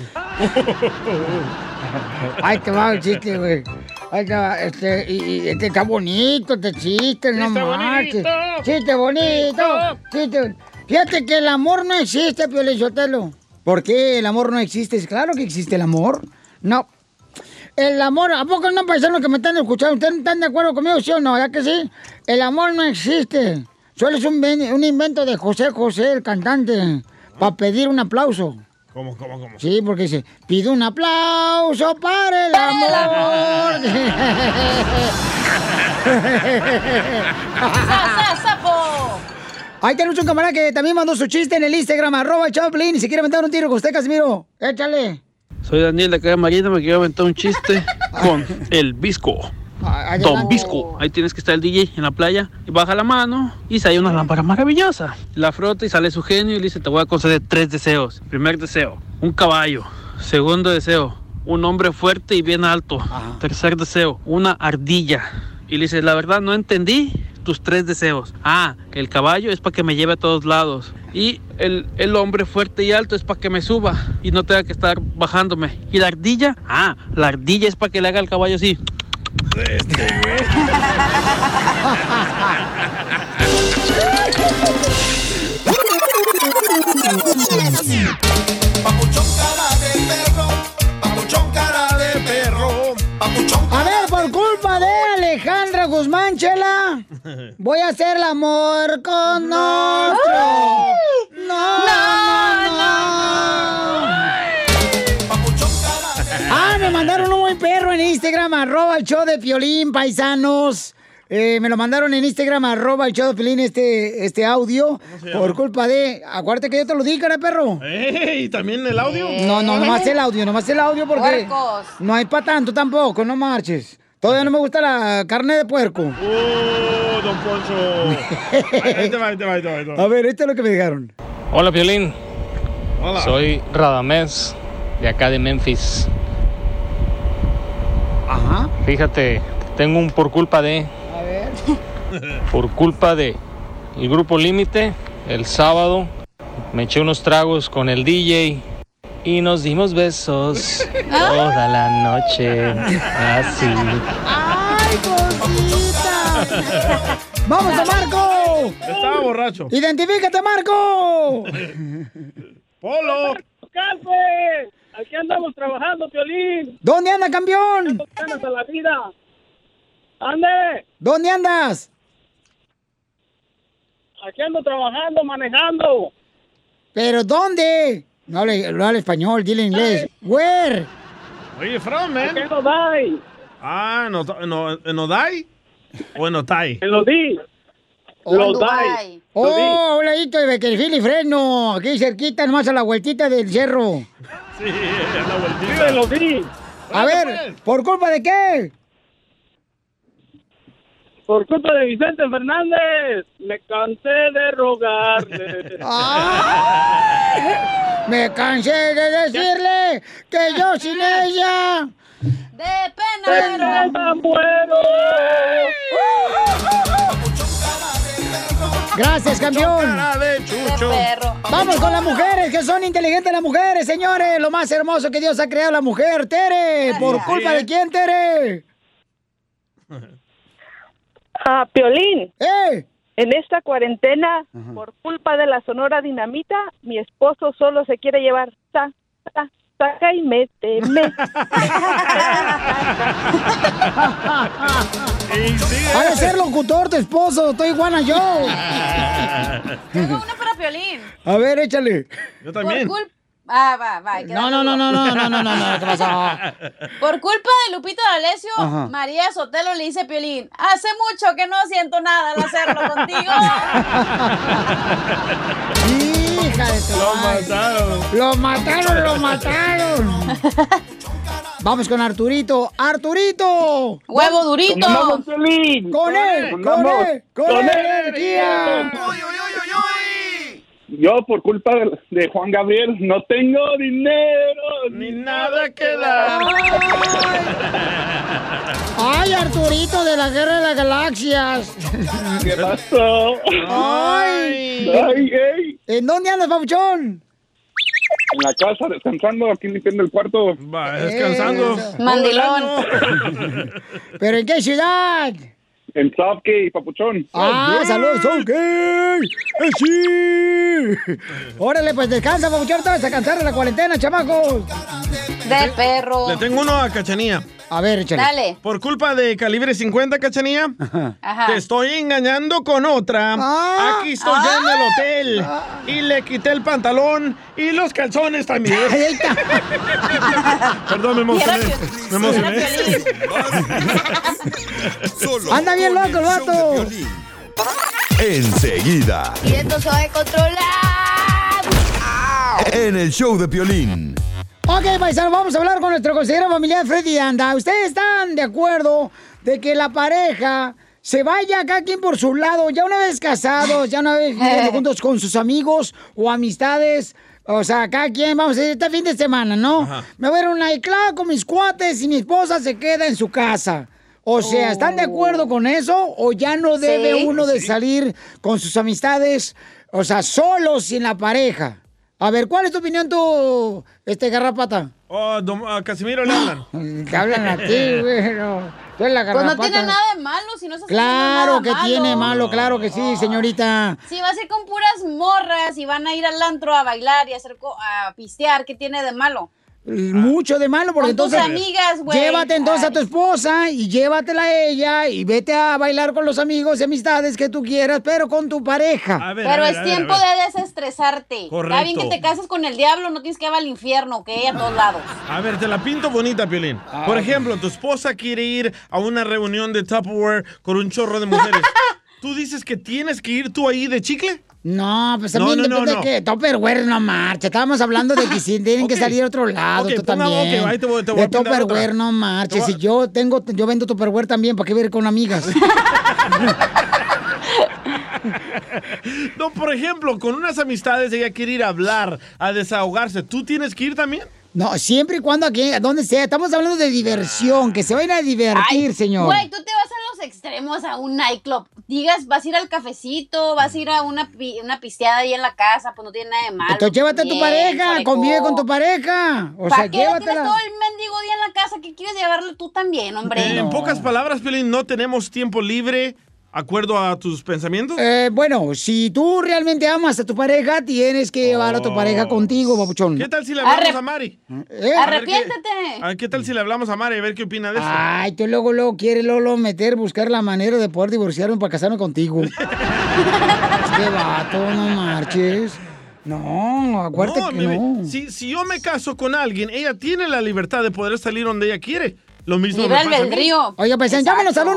Ahí te va el chiste, güey. Ahí te va, este está bonito, este chiste, no marches. Chiste bonito. Fíjate que el amor no existe, Piolín Sotelo. ¿Por qué el amor no existe? Claro que existe el amor. No. El amor, ¿a poco no, paisanos que me están escuchando? ¿Ustedes están de acuerdo conmigo, sí o no? ¿Ya que sí? El amor no existe. Solo es un invento de José José, el cantante, para pedir un aplauso. ¿Cómo? Sí, porque dice, pido un aplauso para el amor. ¡Sapo! Ahí tenemos un camarada que también mandó su chiste en el Instagram, @Choplin, y si quiere aventar un tiro con usted, Casimiro, échale. Soy Daniel de acá de Marina, me quiero aventar un chiste con el Visco. Don Visco. Ahí tienes que estar el DJ en la playa y baja la mano y sale una lámpara maravillosa. La frota y sale su genio y le dice, te voy a conceder 3 deseos. Primer deseo, un caballo. Segundo deseo, un hombre fuerte y bien alto. Tercer deseo, una ardilla. Y le dice, la verdad no entendí tus 3 deseos. El caballo es para que me lleve a todos lados. Y el hombre fuerte y alto es para que me suba y no tenga que estar bajándome. Y la ardilla, la ardilla es para que le haga al caballo así. A ver, por culpa de Alejandra Guzmán, Chela, voy a hacer el amor con otro. Me mandaron un buen perro en Instagram, @el show de Piolín, paisanos. Me lo mandaron en Instagram, @el show de Piolín, este audio. Por culpa de... Acuérdate que yo te lo dije, cara, perro. ¿Y también el audio? No, nomás el audio porque... Puercos. No hay para tanto tampoco, no marches. Todavía no me gusta la carne de puerco. Don Poncho. Ahí te va. A ver, esto es lo que me dijeron. Hola, Piolín. Hola. Soy Radamés, de acá de Memphis. Ajá. Fíjate, tengo un por culpa de... A ver. Por culpa de el Grupo Límite, el sábado me eché unos tragos con el DJ y nos dimos besos toda la noche. Así. ¡Ay, cosita! ¡Vamos a Marco! Estaba borracho. ¡Identifícate, Marco! ¡Polo! ¡Calfe! Aquí andamos trabajando, Piolín. ¿Dónde anda, campeón? Ganas a la vida. ¡Ande! ¿Dónde andas? Aquí ando trabajando, manejando. ¿Pero dónde? No habla español, dile inglés. Where? Where you from, man? Aquí en Odai. ¿en Odai? ¿O en Otay? En Lodi. Lodi. Oh, un ladito de Beckerfield y Fresno. Aquí cerquita, nomás a la vueltita del cerro. Sí, a la vueltita. Sí, en Lodi. A ver, ¿por culpa de qué? Por culpa de Vicente Fernández. Me cansé de rogarle. Me cansé de decirle que yo sin ella... ¡De pena muero! Gracias, campeón. Vamos con las mujeres, que son inteligentes las mujeres, señores. Lo más hermoso que Dios ha creado la mujer. Tere, ¿por culpa de quién, Tere? Piolín. En esta cuarentena, por culpa de la Sonora Dinamita, mi esposo solo se quiere llevar saca y méteme. Ha de ser locutor tu esposo, estoy iguana yo. Tengo una para Piolín. A ver, échale. Yo también. Va. No, ¿qué pasó? Por culpa de Lupito D'Alessio, María Sotelo le dice a Piolín, hace mucho que no siento nada al hacerlo contigo. Hija de tu madre. Lo mataron. Vamos con Arturito. ¡Arturito! ¡Huevo durito! ¡Con energía! Yo, por culpa de Juan Gabriel, no tengo dinero ni nada que dar. ¡Ay, Arturito de la Guerra de las Galaxias! ¿Qué pasó? ¡Ay! ¿En dónde andas, papuchón? En la casa, descansando, aquí limpiando el cuarto. Va, descansando. Mandilón. ¿Pero en qué ciudad? En Southgate, papuchón. ¡Saludos, Southgate! ¡Sí! Órale, pues descansa, papuchón. Te vas a cansar de la cuarentena, chamacos. De perro. Le tengo uno a Cachanía. A ver, échale. Dale. Por culpa de Calibre 50, Cachanía, te estoy engañando con otra. Aquí estoy ya en el hotel. Y le quité el pantalón y los calzones también. Perdón, me emocioné. Anda bien loco el vato. Enseguida, Y esto se va a controlar. en el show de Piolín. Ok, paisanos, vamos a hablar con nuestro consejero familiar Freddy Anda. ¿Ustedes están de acuerdo de que la pareja se vaya cada quien por su lado, ya una vez casados, ya una vez viviendo juntos con sus amigos o amistades? O sea, cada quien, vamos a decir, este fin de semana, ¿no? Me voy a ir a un nightclub con mis cuates y mi esposa se queda en su casa. O sea, ¿están de acuerdo con eso? ¿O ya no debe uno de salir con sus amistades, o sea, solos sin la pareja? A ver, ¿cuál es tu opinión tú, Garrapata? A Casimiro le hablan. Te hablan a ti, güey. Tú eres la Garrapata. Pues no tiene nada de malo, si no estás Claro haciendo que nada tiene malo. malo, claro que sí, señorita. Si vas a ir con puras morras y van a ir al antro a bailar y a pistear, ¿qué tiene de malo? Mucho de malo, porque Con tus entonces amigas, güey. llévate entonces a tu esposa y llévatela a ella y vete a bailar con los amigos y amistades que tú quieras, pero con tu pareja. Pero es tiempo de desestresarte. Correcto. Está bien que te cases con el diablo, no tienes que ir al infierno, ¿ok? A todos lados. A ver, te la pinto bonita, Piolín. Por ejemplo, tu esposa quiere ir a una reunión de Tupperware con un chorro de mujeres. ¿Tú dices que tienes que ir tú ahí de chicle? No, pues también depende de que Tupperware no marcha. Estábamos hablando de que sí tienen que salir a otro lado, tú también. Ahí te voy a de pintar Tupperware otra. no marches. Si yo vendo Tupperware también, ¿para qué ver con amigas? No, por ejemplo, con unas amistades ella quiere ir a hablar, a desahogarse. ¿Tú tienes que ir también? No, siempre y cuando aquí, donde sea. Estamos hablando de diversión, que se vayan a divertir, señor. Güey, tú te vas a los extremos, a un nightclub. Digas, vas a ir al cafecito, vas a ir a una pisteada ahí en la casa, pues no tiene nada de malo. Entonces llévate a tu pareja, convive con tu pareja. O sea, ¿Para qué tienes llévatela. todo el mendigo día en la casa? ¿Qué quieres llevarlo tú también, hombre? En pocas palabras, Piolín, no tenemos tiempo libre. ¿Acuerdo a tus pensamientos? Bueno, si tú realmente amas a tu pareja, tienes que llevar a tu pareja contigo, papuchón. ¿Qué tal si le hablamos a Mari? Arrepiéntete. ¿Qué tal si le hablamos a Mari a ver qué opina de eso? Ay, tú luego quieres buscar la manera de poder divorciarme para casarme contigo. Este vato, no marches. No, acuérdate que no. Si yo me caso con alguien, ella tiene la libertad de poder salir donde ella quiere. Lo mismo Libre me pasa a mí. albedrío. Oiga, pues llámanos al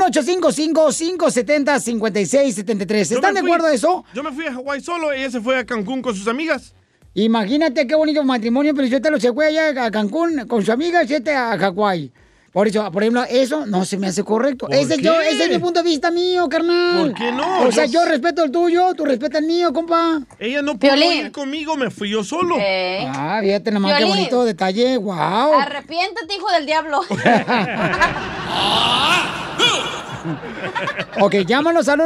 1-855-570-5673. ¿Están de acuerdo a eso? Yo me fui a Hawái solo, ella se fue a Cancún con sus amigas. Imagínate qué bonito matrimonio, pero yo te lo se fue allá a Cancún con su amiga, y a Hawái. Por eso, por ejemplo, eso no se me hace correcto. Ese es mi punto de vista mío, carnal. ¿Por qué no? O sea, yo respeto el tuyo, tú respetas el mío, compa. Ella no pudo ir conmigo, me fui yo solo. Ah, fíjate nomás qué Piolín. bonito detalle, wow. Arrepiéntete, hijo del diablo. Ok, llámanos al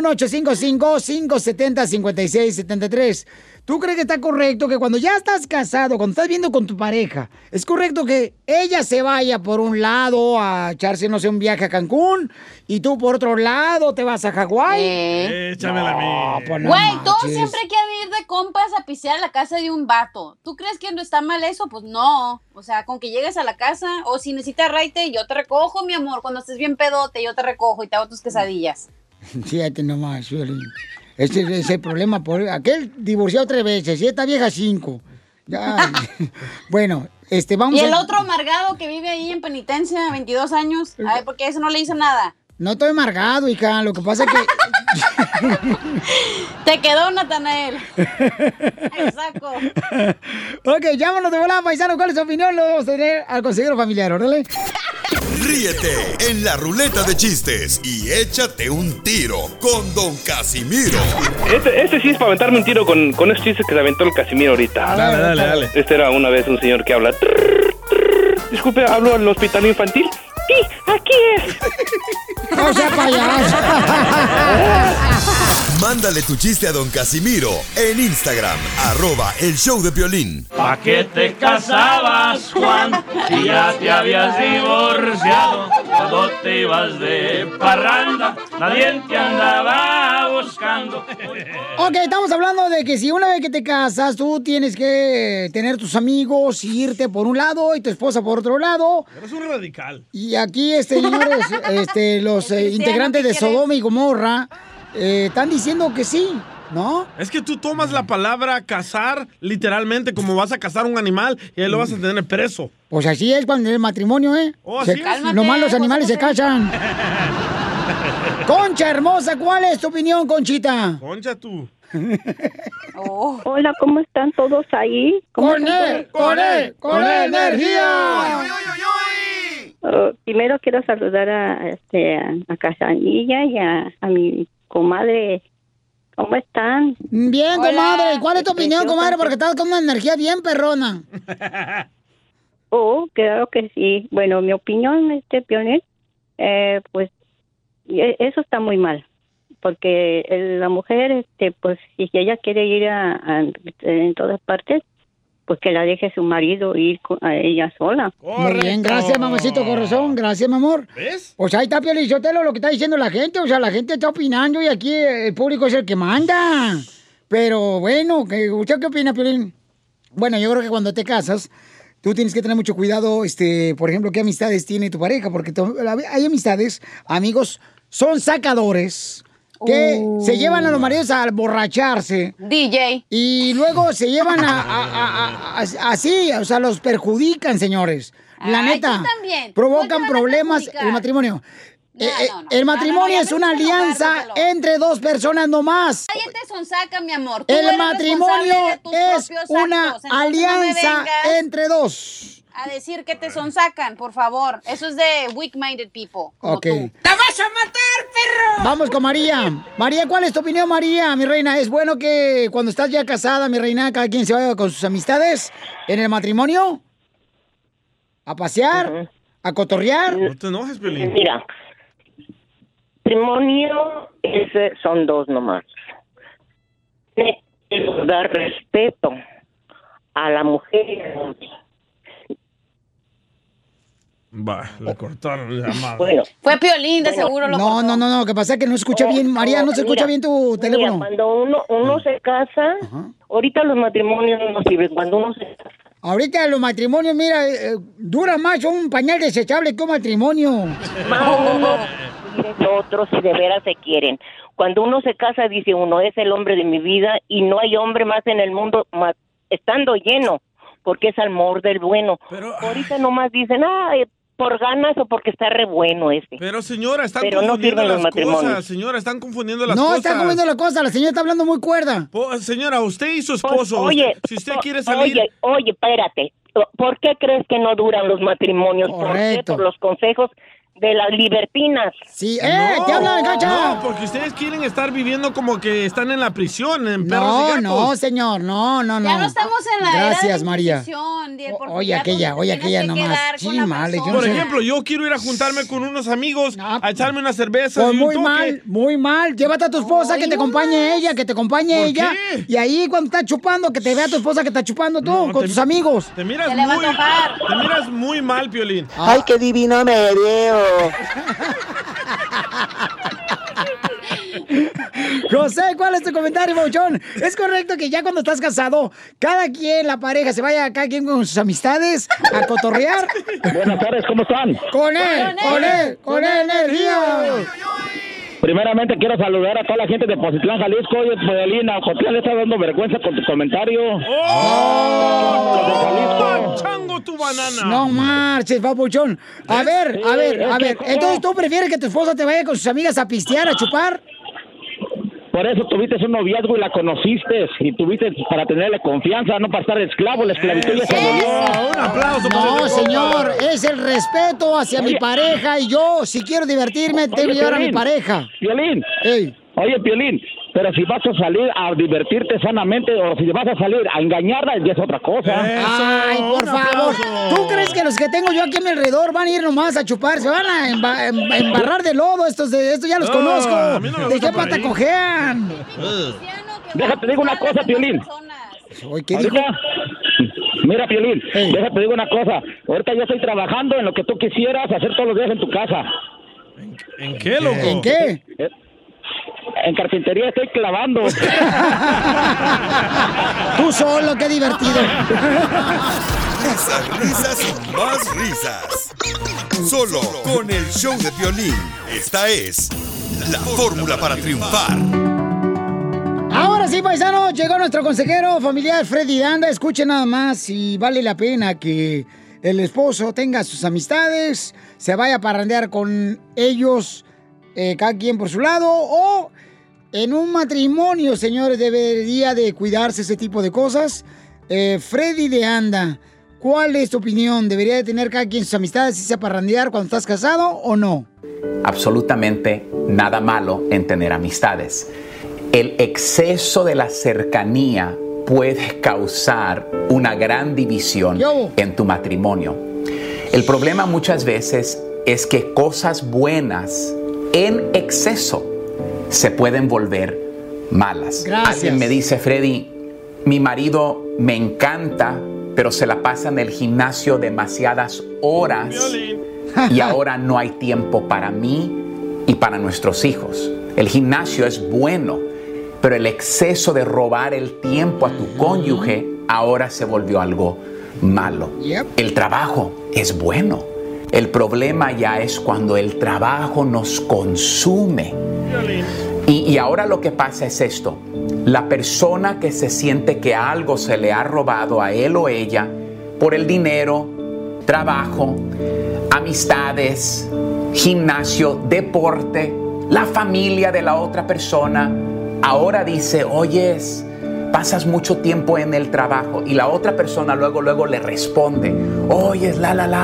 1-855-570-5673. ¿Tú crees que está correcto que cuando ya estás casado, cuando estás viendo con tu pareja, es correcto que ella se vaya por un lado a echarse, no sé, un viaje a Cancún y tú por otro lado te vas a Hawái? Échamela a mí. Pues no Güey, todos manches. siempre quieren ir de compas a pisear a la casa de un vato. ¿Tú crees que no está mal eso? Pues no. O sea, con que llegues a la casa, o si necesitas raite, yo te recojo, mi amor. Cuando estés bien pedote, yo te recojo y te hago tus quesadillas. Fíjate nomás, Violín. Ese es el problema. Aquel divorciado 3 veces y esta vieja 5. Ya. Bueno, vamos Y el a... otro amargado que vive ahí en penitencia, 22 años. A ver, porque eso no le hizo nada. No estoy amargado, hija. Lo que pasa es que... Te quedó, Natanael. Ay, saco. Ok, llámanos de volada, paisano. ¿Cuál es su opinión? Lo vamos a tener al consejero familiar, órale. Ríete en la ruleta de chistes y échate un tiro con Don Casimiro. Este sí es para aventarme un tiro con esos chistes que se aventó el Casimiro ahorita. Dale. Este era una vez un señor que habla. Disculpe, ¿hablo al hospital infantil? Sí, aquí es. No sea payaso. Mándale tu chiste a Don Casimiro en Instagram, @elshowdepiolín. ¿Pa' qué te casabas, Juan? Si ya te habías divorciado. cuando te ibas de parranda, nadie te andaba buscando. Ok, estamos hablando de que si una vez que te casas, tú tienes que tener tus amigos y irte por un lado y tu esposa por otro lado. Eres un radical. Y aquí, señores, los integrantes de Sodoma y Gomorra están diciendo que sí, ¿no? Es que tú tomas la palabra cazar literalmente como vas a cazar un animal y ahí lo vas a tener preso. Pues así es cuando el matrimonio, ¿eh? Oh, ¿así es? Nomás los animales se casan. Concha hermosa, ¿cuál es tu opinión, Conchita? Concha tú. Hola, ¿cómo están todos ahí? ¡Con energía! Primero quiero saludar a Cachanilla y a mi comadre. ¿Cómo están? Bien, comadre. ¿Cuál es tu opinión, comadre? Porque estás con una energía bien perrona. Oh, claro que sí. Bueno, mi opinión, Piolín, pues eso está muy mal. Porque la mujer, pues si ella quiere ir en todas partes, pues que la deje su marido ir a ella sola. Muy bien, gracias, mamacito corazón. Gracias, mi amor. ¿Ves? Pues ahí está, Piolín Sotelo, lo que está diciendo la gente. O sea, la gente está opinando y aquí el público es el que manda. Pero bueno, ¿usted qué opina, Piolín? Bueno, yo creo que cuando te casas, tú tienes que tener mucho cuidado, por ejemplo, qué amistades tiene tu pareja. Porque hay amistades, amigos, son sacadores que se llevan a los maridos a borracharse. DJ. Y luego se llevan así, o sea, los perjudican, señores. La neta, provocan problemas en el matrimonio. El matrimonio es una alianza entre dos personas nomás. Nadie te sonsaca, mi amor. El matrimonio es una alianza entre dos. A decir que te sonsacan, por favor. Eso es de weak-minded people. Ok. ¡Te vas a matar, perro! Vamos con María. María, ¿cuál es tu opinión, María, mi reina? ¿Es bueno que cuando estás ya casada, mi reina, cada quien se vaya con sus amistades en el matrimonio? ¿A pasear? ¿A cotorrear? No te enojes, Piolín. Mira, matrimonio son dos nomás. Dar respeto a la mujer y al hombre. Va, le cortaron la llamada. Bueno, fue Piolín, de seguro lo cortó. No, que pasa es que no escucha bien, María, no se escucha bien tu teléfono. Cuando uno se casa, ahorita los matrimonios no sirven, cuando uno se casa. Ahorita los matrimonios, mira, dura más un pañal desechable que un matrimonio. Otros si de veras se quieren. Cuando uno se casa, dice uno, es el hombre de mi vida y no hay hombre más en el mundo estando lleno, porque es amor del bueno. Pero ahorita nomás dicen, por ganas o porque está re bueno este. Pero señora, están Pero confundiendo no las cosas. Señora, están confundiendo las no cosas. No está confundiendo las cosas, la señora está hablando muy cuerda. Señora, usted y su esposo, si usted quiere salir... Oye, espérate. ¿Por qué crees que no duran los matrimonios? Correcto. ¿Por qué? Por los consejos de las libertinas. Sí, te hablan, Cacha. No, porque ustedes quieren estar viviendo como que están en la prisión, en perros y gatos. No, señor, no. Ya no estamos en la Gracias, era de María. Oye, aquella nomás. Sí, mal. Por ejemplo, yo quiero ir a juntarme con unos amigos a echarme una cerveza. Pues muy mal. Llévate a tu esposa, que te acompañe ella, Y ahí cuando está chupando, que te vea tu esposa que está chupando tú, con tus amigos. Te miras muy mal, Piolín. Ay, qué divino me veo. José, ¿cuál es tu comentario, Mauchón? ¿Es correcto que ya cuando estás casado, cada quien, la pareja, se vaya cada quien con sus amistades a cotorrear? Buenas tardes, ¿cómo están? ¡Con energía! Primeramente quiero saludar a toda la gente de Poncitlán, Jalisco. Oye, Piolín, a Jotel le está dando vergüenza con tu comentario. ¡Chango tu banana! No marches, papuchón. A ver. Entonces, ¿tú prefieres que tu esposa te vaya con sus amigas a pistear, a chupar? Por eso tuviste un noviazgo y la conociste. Y tuviste para tenerle confianza, no para estar esclavo. La esclavitud ya se volvió. Un aplauso. No, señor. Es el respeto hacia mi pareja. Y yo, si quiero divertirme, tengo que llevar a mi pareja. Piolín. Oye, Piolín. Pero si vas a salir a divertirte sanamente o si vas a salir a engañarla, ya es otra cosa. Ay, por favor. ¿Tú crees que los que tengo yo aquí a mi alrededor van a ir nomás a chupar? Se van a embarrar de lodo. Estos ya los conozco. ¿De qué pata cojean? Déjate, digo una cosa, Piolín. ¿Qué dijo? Mira, Piolín, déjate digo una cosa. Ahorita yo estoy trabajando en lo que tú quisieras hacer todos los días en tu casa. ¿En qué, loco? ¿En qué? En carpintería estoy clavando. Tú solo, qué divertido. Risas, risas y más risas. Solo con el show de Piolín. Esta es la fórmula para triunfar. Ahora sí, paisanos, llegó nuestro consejero familiar Freddy Anda. Escuchen nada más si vale la pena que el esposo tenga sus amistades, se vaya a parrandear con ellos, cada quien por su lado, o en un matrimonio, señores, debería de cuidarse ese tipo de cosas. Freddy de Anda, ¿cuál es tu opinión? ¿Debería de tener cada quien sus amistades y se parrandear cuando estás casado o no? Absolutamente nada malo en tener amistades. El exceso de la cercanía puede causar una gran división en tu matrimonio. El problema muchas veces es que cosas buenas en exceso se pueden volver malas. Gracias. Alguien me dice, Freddy, mi marido me encanta, pero se la pasa en el gimnasio demasiadas horas y ahora no hay tiempo para mí y para nuestros hijos. El gimnasio es bueno, pero el exceso de robar el tiempo a tu cónyuge ahora se volvió algo malo. El trabajo es bueno. El problema ya es cuando el trabajo nos consume. Y ahora lo que pasa es esto. La persona que se siente que algo se le ha robado a él o ella por el dinero, trabajo, amistades, gimnasio, deporte, la familia de la otra persona, ahora dice, oyes, pasas mucho tiempo en el trabajo, y la otra persona luego le responde, oyes,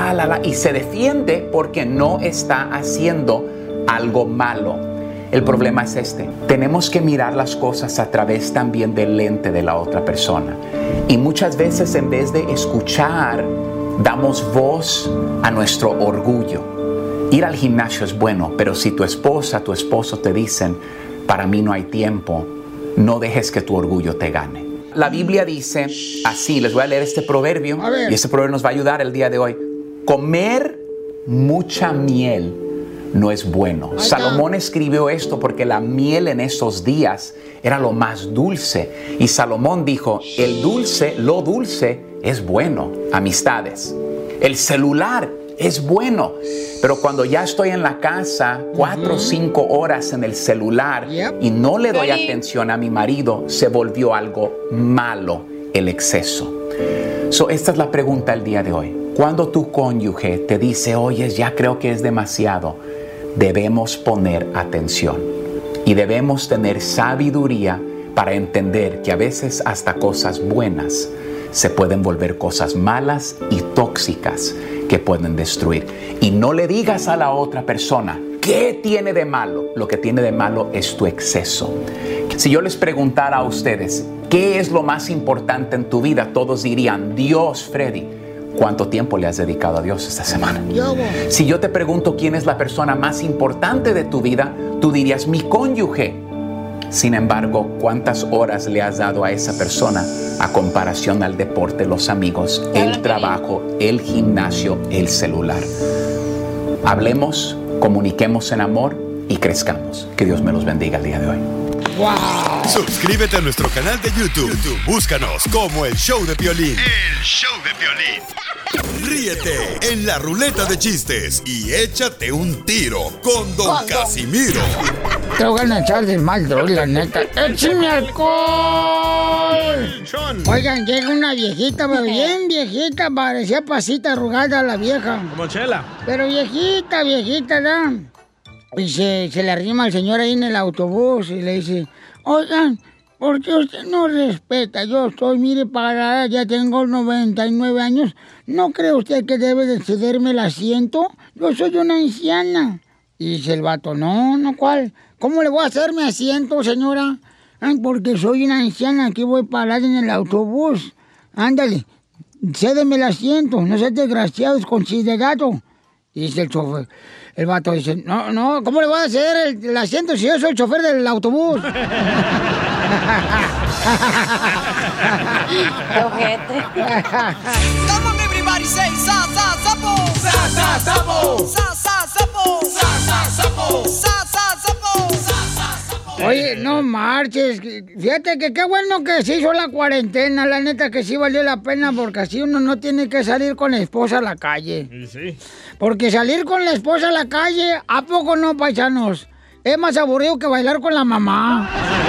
y se defiende porque no está haciendo algo malo. El problema es este. Tenemos que mirar las cosas a través también del lente de la otra persona. Y muchas veces en vez de escuchar, damos voz a nuestro orgullo. Ir al gimnasio es bueno, pero si tu esposa, tu esposo te dicen, para mí no hay tiempo, no dejes que tu orgullo te gane. La Biblia dice así, les voy a leer este proverbio, y este proverbio nos va a ayudar el día de hoy. Comer mucha miel no es bueno. Salomón escribió esto porque la miel en esos días era lo más dulce. Y Salomón dijo, el dulce, lo dulce es bueno. Amistades. El celular es bueno. Pero cuando ya estoy en la casa 4 o 5 horas en el celular y no le doy atención a mi marido, se volvió algo malo el exceso. Esta es la pregunta del día de hoy. Cuando tu cónyuge te dice, oye, ya creo que es demasiado, debemos poner atención y debemos tener sabiduría para entender que a veces hasta cosas buenas se pueden volver cosas malas y tóxicas que pueden destruir. Y no le digas a la otra persona, ¿qué tiene de malo? Lo que tiene de malo es tu exceso. Si yo les preguntara a ustedes, ¿qué es lo más importante en tu vida? Todos dirían, Dios, Freddy. ¿Cuánto tiempo le has dedicado a Dios esta semana? Si yo te pregunto quién es la persona más importante de tu vida, tú dirías mi cónyuge. Sin embargo, ¿cuántas horas le has dado a esa persona a comparación al deporte, los amigos, el trabajo, el gimnasio, el celular? Hablemos, comuniquemos en amor y crezcamos. Que Dios me los bendiga el día de hoy. ¡Wow! Suscríbete a nuestro canal de YouTube. Búscanos como El Show de Piolín. El Show de Piolín. Ríete en la ruleta de chistes y échate un tiro con Don Casimiro. Te voy a echar de mal, la neta. ¡Échame alcohol! Oigan, llega una viejita, bien viejita, parecía pasita arrugada la vieja. Como Chela. Pero viejita, ¿no? Y se le arrima al señor ahí en el autobús y le dice, oigan, ¿por qué usted no respeta? Yo estoy, mire, parada, ya tengo 99 años. ¿No cree usted que debe de cederme el asiento? Yo soy una anciana. Y dice el vato, no, ¿cuál? ¿Cómo le voy a hacer mi asiento, señora? Ay, porque soy una anciana, aquí voy parada en el autobús. Ándale, cédeme el asiento, no seas desgraciado, es considerado. Y dice el chofer. El vato dice, no, ¿cómo le voy a hacer el asiento si yo soy el chofer del autobús? Qué ojete. Come on, everybody say sa sa sapo. Sa sa sapo. Sa sa sapo. Sa sa sapo. Sa sa sapo. Oye, no marches. Fíjate que qué bueno que se hizo la cuarentena. La neta que sí valió la pena porque así uno no tiene que salir con la esposa a la calle. Sí. Porque salir con la esposa a la calle, ¿a poco no, paisanos? Es más aburrido que bailar con la mamá.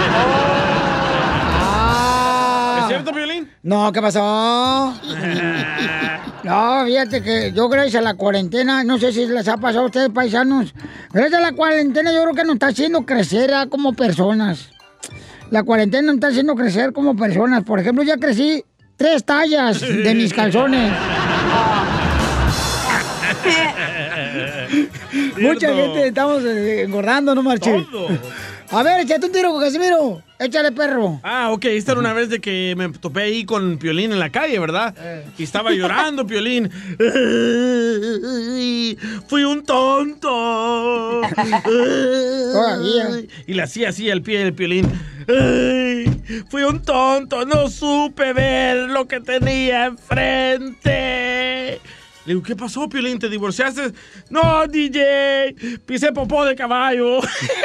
¿Es cierto, Piolín? No, ¿qué pasó? No, fíjate que yo gracias a la cuarentena, no sé si les ha pasado a ustedes, paisanos, gracias a la cuarentena yo creo que nos está haciendo crecer como personas. La cuarentena nos está haciendo crecer como personas. Por ejemplo, ya crecí 3 tallas de mis calzones. Mucha gente estamos engordando, no marches. A ver, échate un tiro con Casimiro. Échale, perro. Ah, ok. Esta era una vez de que me topé ahí con Piolín en la calle, ¿verdad? Y estaba llorando, Piolín. Fui un tonto. Todavía. Y le hacía así al pie del Piolín. Fui un tonto. No supe ver lo que tenía enfrente. Le digo, ¿qué pasó, Piolín? ¿Te divorciaste? No, DJ, pisé popó de caballo.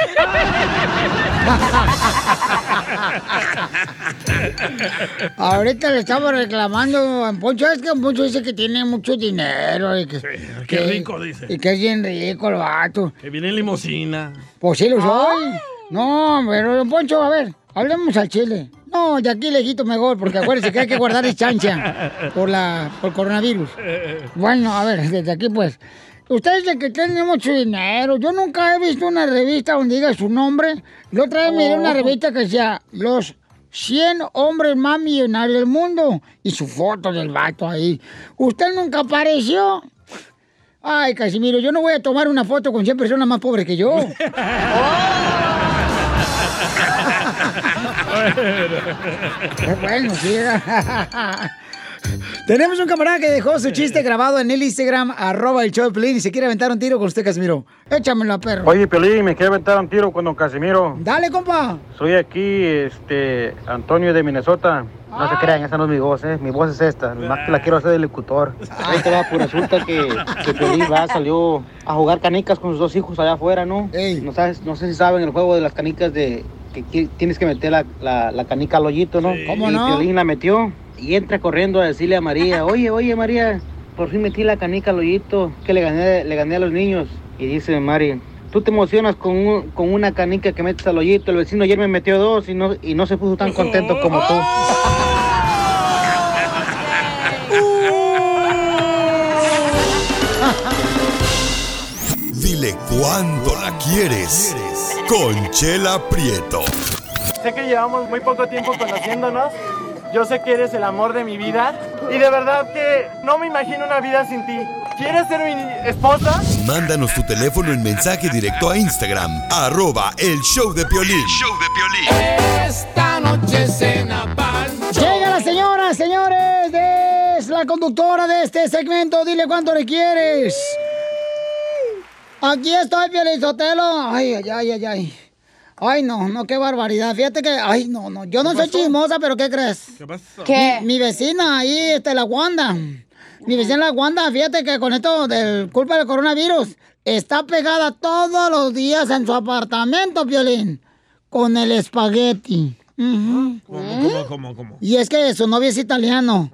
Ahorita le estaba reclamando a Poncho. Es que Poncho dice que tiene mucho dinero. Y que, qué rico, dice. Y que es bien rico el vato. Que viene en limusina. Pues sí lo soy. No, pero don Poncho, a ver, hablemos al chile. No, de aquí lejito mejor, porque acuérdense que hay que guardar distancia por coronavirus. Bueno, a ver, desde aquí pues. Ustedes dicen que tienen mucho dinero. Yo nunca he visto una revista donde diga su nombre. La otra vez miré una revista que decía los 100 hombres más millonarios del mundo. Y su foto del vato ahí. ¿Usted nunca apareció? Ay, Casimiro, yo no voy a tomar una foto con 100 personas más pobres que yo. Bueno, sí. Tenemos un camarada que dejó su chiste grabado en el Instagram, @el-show-de-Piolín, y se quiere aventar un tiro con usted, Casimiro. Échamelo, perro. Oye, Piolín, me quiero aventar un tiro con don Casimiro. Dale, compa. Soy aquí, Antonio de Minnesota. No se crean, esa no es mi voz, mi voz es esta. Más que la quiero hacer de locutor. Ahí te va, pues resulta que Piolín salió a jugar canicas con sus 2 hijos allá afuera, ¿no? No sé si saben el juego de las canicas de que tienes que meter la canica al hoyito, ¿no? Sí. ¿Cómo no? Y Piolín la metió y entra corriendo a decirle a María, oye, María, por fin metí la canica al hoyito, que le gané a los niños. Y dice María, tú te emocionas con una canica que metes al hoyito, el vecino ayer me metió 2 y no se puso tan contento como tú. Dile cuándo la quieres. Conchela Prieto. Sé que llevamos muy poco tiempo conociéndonos. Yo sé que eres el amor de mi vida. Y de verdad que no me imagino una vida sin ti. ¿Quieres ser mi esposa? Mándanos tu teléfono en mensaje directo a Instagram, @el-show-de-Piolín. Esta noche cena Pancho. Llega la señora, señores, es la conductora de este segmento. Dile cuánto le quieres. Aquí estoy, Piolín Sotelo. Ay. Ay, no, qué barbaridad. Fíjate que, no. Yo no soy chismosa, pero ¿qué crees? ¿Qué pasó? ¿Qué? Mi vecina ahí, la Wanda. Mi vecina la Wanda, fíjate que con esto del culpa del coronavirus, está pegada todos los días en su apartamento, Piolín, con el espagueti. ¿Cómo? Y es que su novio es italiano.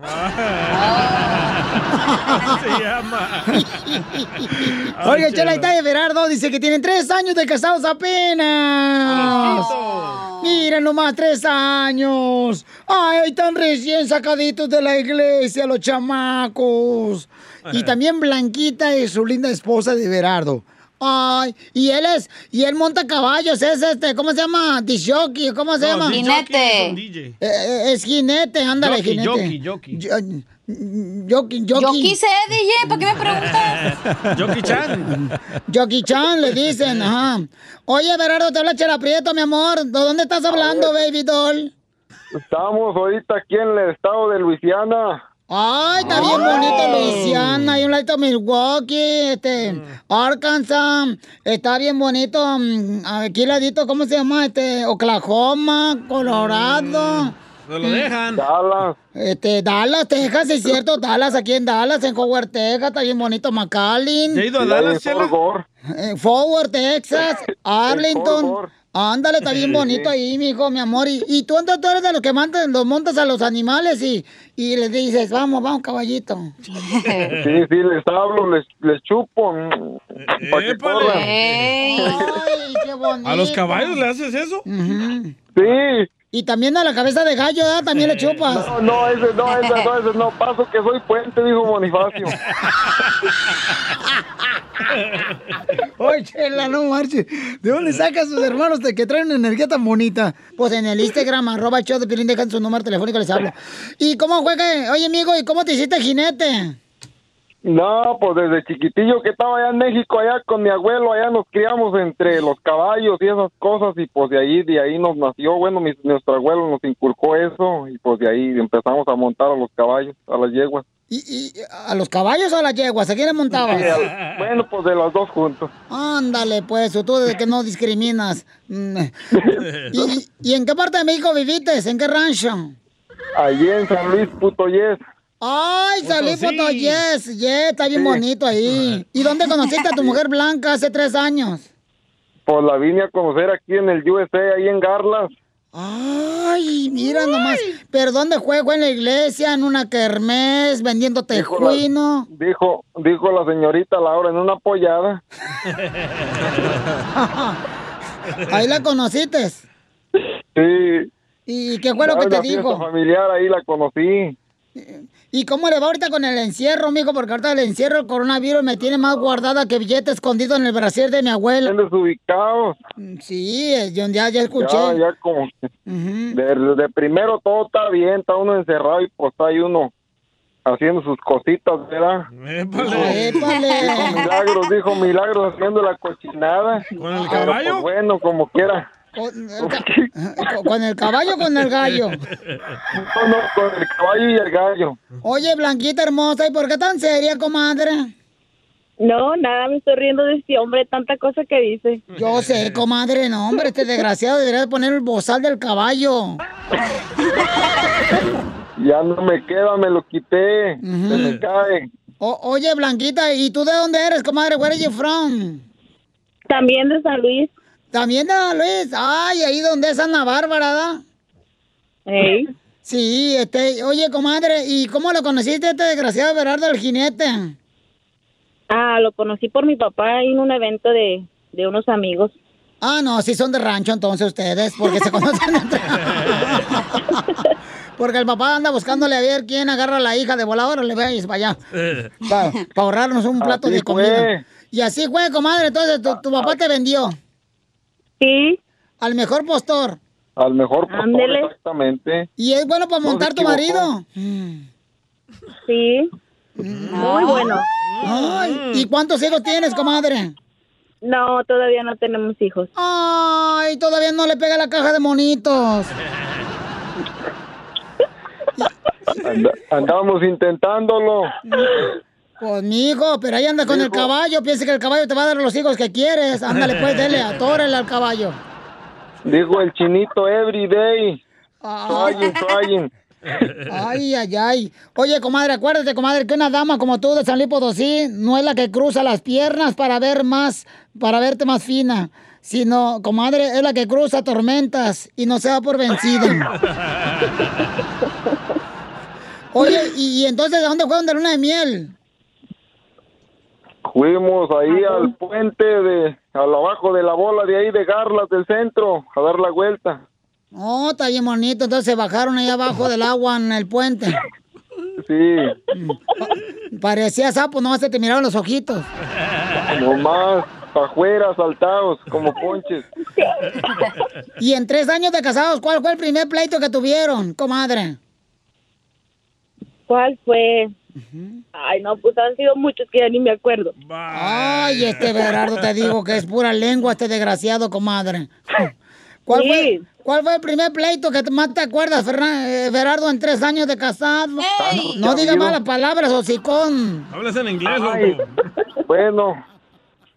Se llama. Oye, Chela, Italia Berardo dice que tienen 3 años de casados apenas. Miren nomás, 3 años. Ay, tan recién sacaditos de la iglesia los chamacos. Y también Blanquita es su linda esposa de Berardo. Ay, y él monta caballos, es ¿cómo se llama? Disjockey, ¿cómo se llama? Jinete. Es jinete, ándale, jinete. Jockey. Yo quise, DJ, ¿para qué me preguntas? Jockey Chan, le dicen, ajá. Oye, Berardo, te habla Chela Prieto, mi amor. ¿De dónde estás hablando, baby doll? Estamos ahorita aquí en el estado de Luisiana. Ay, está bien bonito Luisiana, hay un ladito Milwaukee, Arkansas, está bien bonito, aquí ladito, ¿cómo se llama? Oklahoma, Colorado, No lo dejan. Dallas. Dallas, Texas, es cierto. Dallas, aquí en Dallas, en Howard, Texas. Está bien bonito McAllen. ¿Ya ha ido a Dallas, Chela? Fort Worth, Texas. Arlington. Ándale, está bien bonito ahí, mijo, mi amor. Y tú, entonces, tú eres de los que los montas a los animales y les dices, vamos, caballito. Sí, les hablo, les chupo. Para que corran. Ay, qué bonito. ¿A los caballos le haces eso? Sí. Y también a la cabeza de gallo, ¿verdad? También le chupas. No, ese no. Paso que soy puente, dijo Bonifacio. Oye, Chela, no marches. ¿De dónde sacan sus hermanos que traen energía tan bonita? Pues en el Instagram, @show de Piolín, dejan su número telefónico, les hablo. ¿Y cómo juega? Oye, amigo, ¿y cómo te hiciste jinete? No, pues desde chiquitillo que estaba allá en México, allá con mi abuelo, allá nos criamos entre los caballos y esas cosas, y pues de ahí nos nació, bueno, nuestro abuelo nos inculcó eso, y pues de ahí empezamos a montar a los caballos, a las yeguas. ¿Y a los caballos o a las yeguas? ¿A quién le montabas? Sí, bueno, pues de los dos juntos. Ándale, pues, tú de que no discriminas. ¿Y en qué parte de México viviste? ¿En qué rancho? Allí en San Luis Putoyés. ¡Ay, salí Yes, está bien bonito ahí. ¿Y dónde conociste a tu mujer blanca hace 3 años? Pues la vine a conocer aquí en el USA, ahí en Garlas. Ay, mira nomás. ¿Pero dónde fue? ¿Fue en la iglesia, en una kermés, vendiendo tejuino? Dijo la señorita Laura, en una pollada. ¿Ahí la conociste? Sí. ¿Y qué fue lo que te dijo? Fiesta familiar, ahí la conocí. ¿Y cómo le va ahorita con el encierro, mijo? Porque ahorita el encierro, el coronavirus, me tiene más guardada que billete escondido en el brasier de mi abuela. ¿Están desubicados? Sí, yo ya escuché. Ya como que de primero todo está bien, está uno encerrado y pues está ahí uno haciendo sus cositas, ¿verdad? Dijo Milagros haciendo la cochinada. ¿Con el caballo? Pues bueno, como quiera. ¿Con el caballo o con el gallo? No, con el caballo y el gallo. Oye, Blanquita hermosa, ¿y por qué tan seria, comadre? No, nada, me estoy riendo de este hombre, tanta cosa que dice. Yo sé, comadre, no, hombre, este desgraciado debería poner el bozal del caballo. Ya no me queda, me lo quité, se me cae. Oye, Blanquita, ¿y tú de dónde eres, comadre? Where are you from? También de San Luis. ¿También de San Luis? Ay, ahí donde es Ana Bárbara, ¿verdad? Hey. Sí, oye, comadre, ¿y cómo lo conociste este desgraciado Berardo el jinete? Lo conocí por mi papá en un evento de unos amigos. No, sí son de rancho entonces ustedes, porque se conocen entre... Porque el papá anda buscándole a ver quién agarra a la hija de voladora, le veis para allá. Para ahorrarnos un plato de comida. Y así fue, comadre, entonces tu papá te vendió. Sí. Al mejor postor. Al mejor postor, exactamente. ¿Y es bueno para montar tu marido? Sí. Muy bueno. Ay, ¿y cuántos hijos tienes, comadre? No, todavía no tenemos hijos. Ay, todavía no le pega la caja de monitos. Andamos intentándolo. Pues, mijo, pero ahí anda con el caballo. Piensa que el caballo te va a dar los hijos que quieres. Ándale, pues, dele, atórale al caballo. Dijo el chinito everyday. Trying. Ay. Oye, comadre, acuérdate, comadre, que una dama como tú de San Luis Potosí no es la que cruza las piernas para verte más fina, sino, comadre, es la que cruza tormentas y no se da por vencida. Oye, ¿y entonces de dónde fueron de luna de miel? Fuimos ahí al puente abajo de la bola de ahí de Garlas del centro a dar la vuelta. Oh, está bien bonito. Entonces se bajaron ahí abajo del agua en el puente. Sí. Parecía sapo, nomás se te miraban los ojitos. Nomás, para afuera, saltados, como ponches. Y en 3 años de casados, ¿cuál fue el primer pleito que tuvieron, comadre? ¿Cuál fue? Ay, no, pues han sido muchos que ya ni me acuerdo. Ay, Berardo, te digo que es pura lengua este desgraciado, comadre. ¿Cuál fue el primer pleito que más te acuerdas, Berardo, en 3 años de casado? Hey. No digas malas palabras, hocicón. Hablas en inglés, loco. Bueno,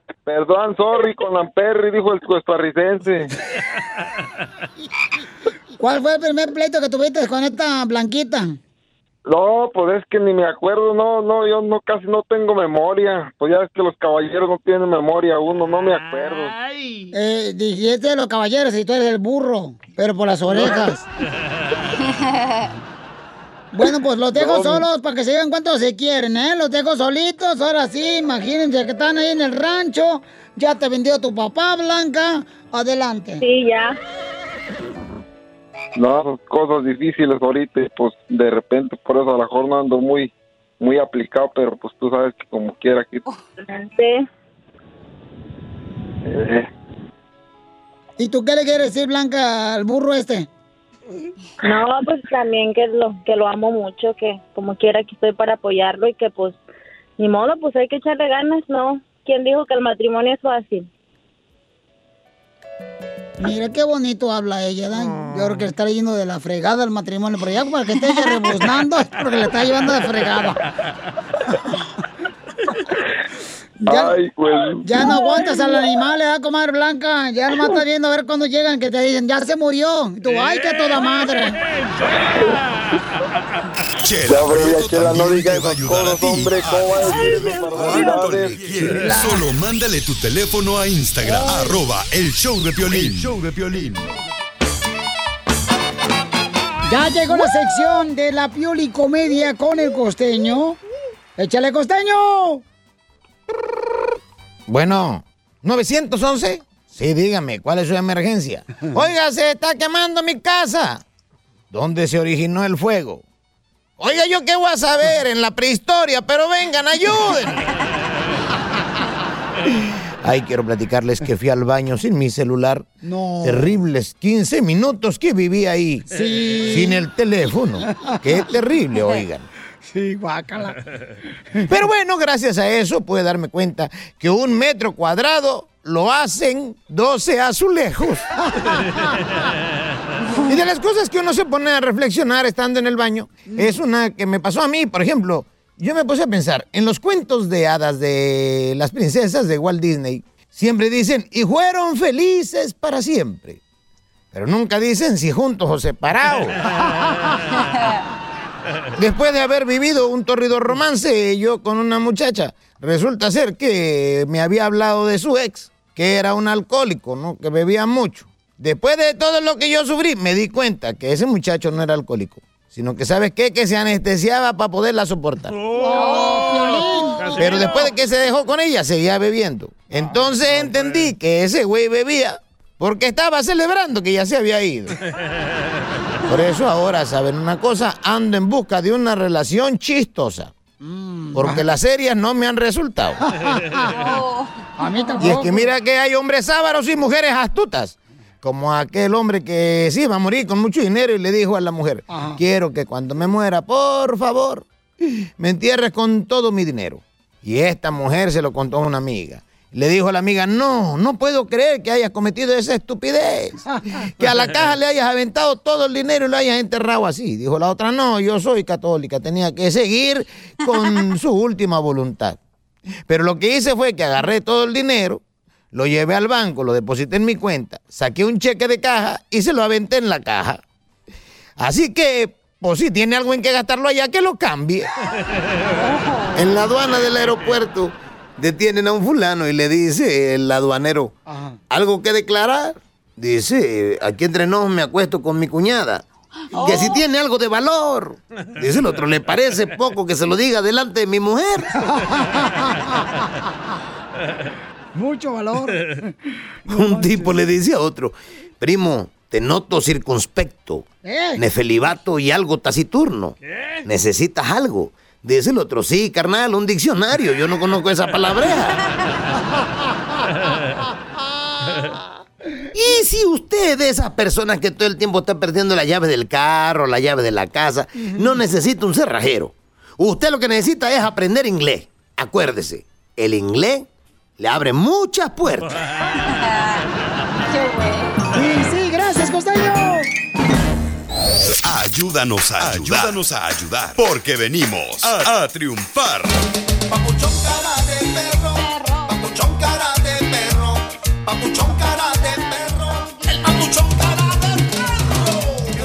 perdón, sorry, con Amperri, dijo el costarricense. ¿Cuál fue el primer pleito que tuviste con esta Blanquita? No, pues es que ni me acuerdo, yo casi no tengo memoria. Pues ya es que los caballeros no tienen memoria, uno no me acuerdo. Dijiste de los caballeros y tú eres el burro, pero por las orejas. Bueno, pues los dejo solos para que se digan cuánto se quieren, ¿eh? Los dejo solitos, ahora sí, imagínense que están ahí en el rancho. Ya te vendió tu papá, Blanca. Adelante. Sí, ya. No, son cosas difíciles ahorita y pues de repente por eso a lo mejor no ando muy aplicado, pero pues tú sabes que como quiera que... Sí. ¿Y tú qué le quieres decir, Blanca, al burro este? No, pues también que lo amo mucho, que como quiera que estoy para apoyarlo y que pues ni modo, pues hay que echarle ganas, ¿no? ¿Quién dijo que el matrimonio es fácil? Mira qué bonito habla ella, ¿no? Yo creo que está yendo de la fregada el matrimonio, pero ya para que esté ella rebuznando es porque le está llevando de fregada. Ya no aguantas al animal, comadre Blanca. Ya nomás estás viendo a ver cuándo llegan que te dicen, ya se murió. Y tú, ay, que toda madre. Chela, no digas esas cosas, hombre. ¿Cómo va a decir barbaridades? Solo mándale tu teléfono a Instagram, @elshowdepiolín. Ya llegó la sección de la Pioli Comedia con el Costeño. ¡Échale, Costeño! Bueno, 911. Sí, dígame, ¿cuál es su emergencia? Oiga, se está quemando mi casa. ¿Dónde se originó el fuego? Oiga, ¿yo qué voy a saber en la prehistoria? Pero vengan, ayúdenme. Ay, quiero platicarles que fui al baño sin mi celular. No. Terribles 15 minutos que viví ahí. Sí. Sin el teléfono. Qué terrible, oigan. Sí, guácala. Pero bueno, gracias a eso pude darme cuenta que 1 metro cuadrado lo hacen 12 azulejos. Y de las cosas que uno se pone a reflexionar estando en el baño, es una que me pasó a mí, por ejemplo. Yo me puse a pensar, en los cuentos de hadas de las princesas de Walt Disney, siempre dicen, y fueron felices para siempre. Pero nunca dicen si juntos o separados. Después de haber vivido un torrido romance, yo con una muchacha, resulta ser que me había hablado de su ex, que era un alcohólico, ¿no? Que bebía mucho. Después de todo lo que yo sufrí, me di cuenta que ese muchacho no era alcohólico, sino que, ¿sabes qué? Que se anestesiaba para poderla soportar. Pero después de que se dejó con ella, seguía bebiendo. Entonces entendí que ese güey bebía porque estaba celebrando que ya se había ido. Por eso ahora, ¿saben una cosa? Ando en busca de una relación chistosa. Porque las serias no me han resultado. A mí tampoco. Y es que mira que hay hombres ávaros y mujeres astutas. Como aquel hombre que sí iba a morir con mucho dinero y le dijo a la mujer, quiero que cuando me muera, por favor, me entierres con todo mi dinero. Y esta mujer se lo contó a una amiga. Le dijo a la amiga, no puedo creer que hayas cometido esa estupidez. Que a la caja le hayas aventado todo el dinero y lo hayas enterrado así. Dijo la otra, no, yo soy católica, tenía que seguir con su última voluntad. Pero lo que hice fue que agarré todo el dinero, lo llevé al banco, lo deposité en mi cuenta, saqué un cheque de caja y se lo aventé en la caja. Así que, pues si tiene algo en que gastarlo allá, que lo cambie. En la aduana del aeropuerto detienen a un fulano y le dice el aduanero, ¿algo que declarar? Dice, aquí entre nos me acuesto con mi cuñada, que si tiene algo de valor. Dice el otro, ¿le parece poco que se lo diga delante de mi mujer? Mucho valor. Un tipo le dice a otro, primo, te noto circunspecto, nefelibato y algo taciturno. ¿Necesitas algo? Dice el otro, sí, carnal, un diccionario, yo no conozco esa palabreja. Y si usted es de esas personas que todo el tiempo está perdiendo la llave del carro, la llave de la casa, no necesita un cerrajero. Usted lo que necesita es aprender inglés. Acuérdese, el inglés le abre muchas puertas. Sí, gracias, Costeño. Ayúdanos a ayudar. Porque venimos a triunfar. Papuchón cara de perro, papuchón cara de perro, papuchón cara de perro, el papuchón cara de perro.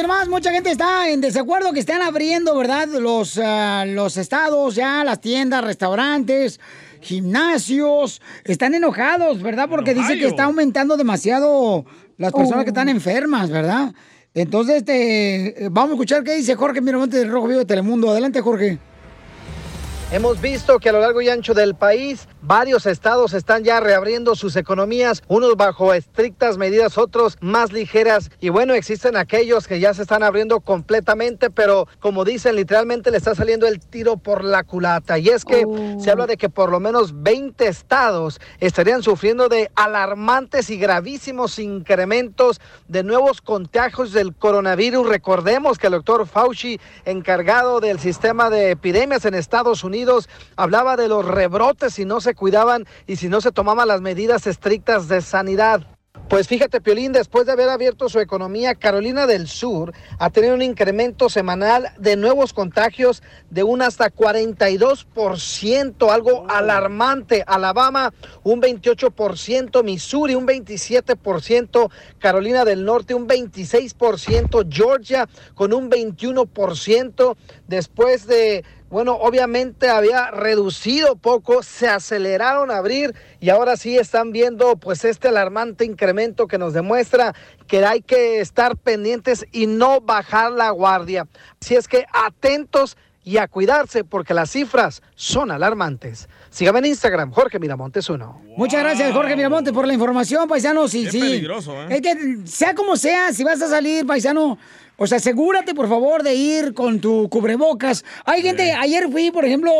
nomás, mucha gente está en desacuerdo que están abriendo, ¿verdad? Los estados ya, las tiendas, restaurantes, gimnasios. Están enojados, ¿verdad? Porque dicen que está aumentando demasiado las personas que están enfermas, ¿verdad? Entonces, vamos a escuchar qué dice Jorge Miramontes de Rojo Vivo de Telemundo. Adelante, Jorge. Hemos visto que a lo largo y ancho del país, varios estados están ya reabriendo sus economías, unos bajo estrictas medidas, otros más ligeras. Y bueno, existen aquellos que ya se están abriendo completamente, pero como dicen, literalmente le está saliendo el tiro por la culata. Y es que se habla de que por lo menos 20 estados estarían sufriendo de alarmantes y gravísimos incrementos de nuevos contagios del coronavirus. Recordemos que el doctor Fauci, encargado del sistema de epidemias en Estados Unidos, hablaba de los rebrotes si no se cuidaban y si no se tomaban las medidas estrictas de sanidad. Pues fíjate, Piolín, después de haber abierto su economía, Carolina del Sur ha tenido un incremento semanal de nuevos contagios de un hasta 42%, algo alarmante. Alabama, un 28%, Missouri, un 27%, Carolina del Norte, un 26%, Georgia, con un 21%, después de... Bueno, obviamente había reducido poco, se aceleraron a abrir y ahora sí están viendo pues este alarmante incremento que nos demuestra que hay que estar pendientes y no bajar la guardia. Así es que atentos y a cuidarse porque las cifras son alarmantes. Sígame en Instagram, Jorge Miramontes 1. Muchas gracias, Jorge Miramontes, por la información, paisano. Sí, Qué peligroso, ¿eh? Es que, sea como sea, si vas a salir, paisano, o sea, asegúrate, por favor, de ir con tu cubrebocas. Hay gente, ayer fui, por ejemplo,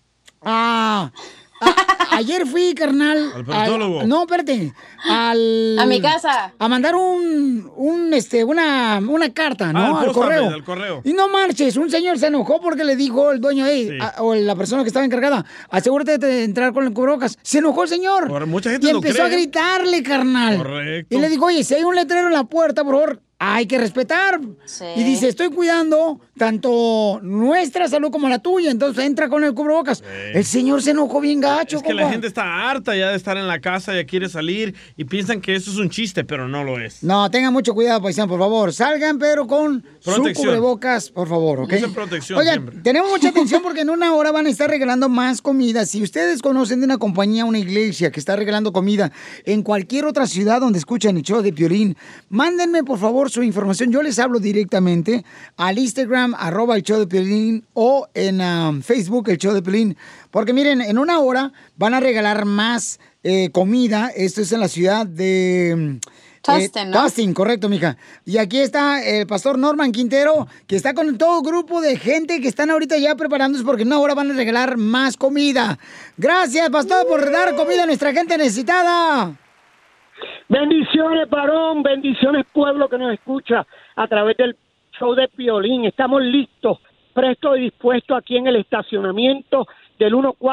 ayer fui, carnal. Al proctólogo. No, espérate. A mi casa. A mandar una carta, ¿no? Al correo. Y no marches, un señor se enojó porque le dijo el dueño, o la persona que estaba encargada, asegúrate de entrar con el cubrebocas. Se enojó el señor. Mucha gente y empezó a gritarle, carnal. Correcto. Y le dijo, oye, si hay un letrero en la puerta, por favor, hay que respetar. Sí. Y dice, estoy cuidando tanto nuestra salud como la tuya. Entonces entra con el cubrebocas. El señor se enojó bien gacho, Es que la gente está harta ya de estar en la casa, ya quiere salir y piensan que eso es un chiste, pero no lo es. No, tengan mucho cuidado, paisano, por favor. Salgan, pero con protección. Su cubrebocas, por favor, ¿ok? Usen protección. Oigan, siempre. tenemos mucha atención porque en una hora van a estar regalando más comida. Si ustedes conocen de una compañía, una iglesia que está regalando comida en cualquier otra ciudad donde escuchan el show de Piolín, mándenme, por favor, su información. Yo les hablo directamente al Instagram, @el show de Piolín, o en Facebook, el show de Piolín. Porque miren, en una hora van a regalar más comida. Esto es en la ciudad de... Tustin, ¿no? Tustin, correcto, mija. Y aquí está el pastor Norman Quintero, que está con todo grupo de gente que están ahorita ya preparándose porque en una hora van a regalar más comida. Gracias, pastor, por dar comida a nuestra gente necesitada. Bendiciones, varón, bendiciones, pueblo que nos escucha a través del show de Piolín. Estamos listos, prestos y dispuestos aquí en el estacionamiento del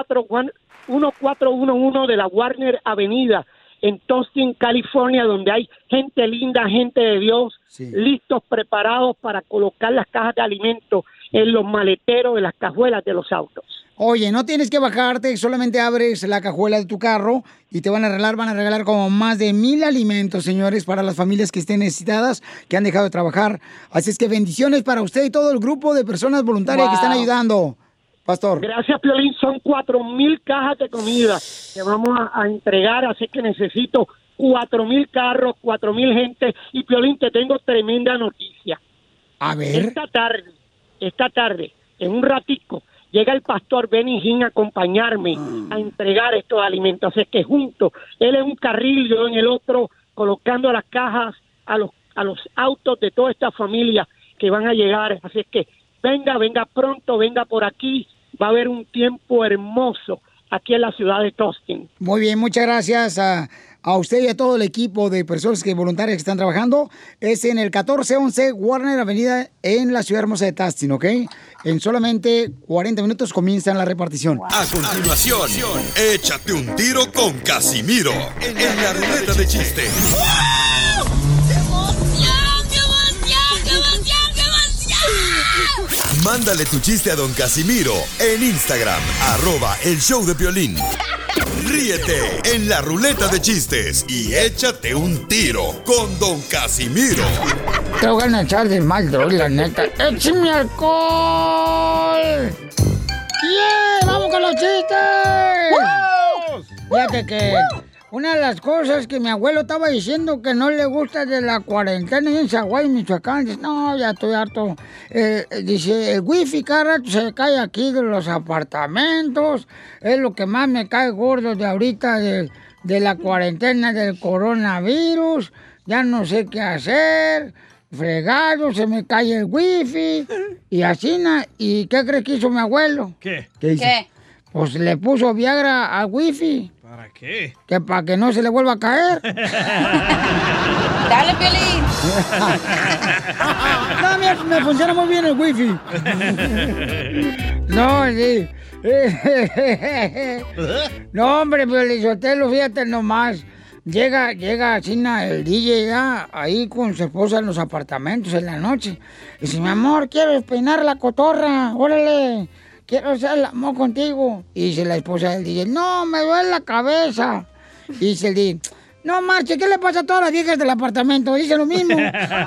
1411 de la Warner Avenida en Tustin, California, donde hay gente linda, gente de Dios, listos, preparados para colocar las cajas de alimentos en los maleteros de las cajuelas de los autos. Oye, no tienes que bajarte, solamente abres la cajuela de tu carro y te van a regalar como más de 1,000 alimentos, señores, para las familias que estén necesitadas, que han dejado de trabajar. Así es que bendiciones para usted y todo el grupo de personas voluntarias que están ayudando, pastor. Gracias, Piolín. Son 4,000 cajas de comida que vamos a entregar, así que necesito 4,000 carros, 4,000 gente. Y, Piolín, te tengo tremenda noticia. A ver. Esta tarde, en un ratico, llega el pastor Benny Hinn a acompañarme a entregar estos alimentos. Así que juntos, él en un carril, yo en el otro, colocando las cajas a los autos de toda esta familia que van a llegar. Así que venga pronto, venga por aquí. Va a haber un tiempo hermoso aquí en la ciudad de Tustin. Muy bien, muchas gracias a usted y a todo el equipo de personas voluntarias que están trabajando. Es en el 1411 Warner Avenida en la ciudad hermosa de Tustin, ¿ok? En solamente 40 minutos comienza la repartición. A continuación, échate un tiro con Casimiro en la ruleta de chistes. Mándale tu chiste a don Casimiro en Instagram, @elshowdepiolín. Ríete en la ruleta de chistes y échate un tiro con don Casimiro. Te voy a echar de mal, la neta. ¡Échame alcohol! ¡Yeah! ¡Vamos con los chistes! Fíjate que una de las cosas que mi abuelo estaba diciendo que no le gusta de la cuarentena en Zaguay, Michoacán, dice, no, ya estoy harto. Dice, el wifi cada rato se cae aquí de los apartamentos. Es lo que más me cae gordo de ahorita de la cuarentena del coronavirus. Ya no sé qué hacer. Fregado, se me cae el wifi. Y así, ¿y qué crees que hizo mi abuelo? ¿Qué? ¿Qué hizo? Pues le puso Viagra al wifi. ¿Para qué? Que para que no se le vuelva a caer. Dale, Piolín. No, me funciona muy bien el wifi. No, sí. No, hombre, Piolín, fíjate nomás. Llega China, el DJ ya, ahí con su esposa en los apartamentos en la noche. Dice, mi amor, quiero peinar la cotorra, órale. Quiero hacer el amor contigo. Y dice la esposa del DJ, no, me duele la cabeza. Y dice el DJ, no marche, ¿qué le pasa a todas las viejas del apartamento? Dice lo mismo.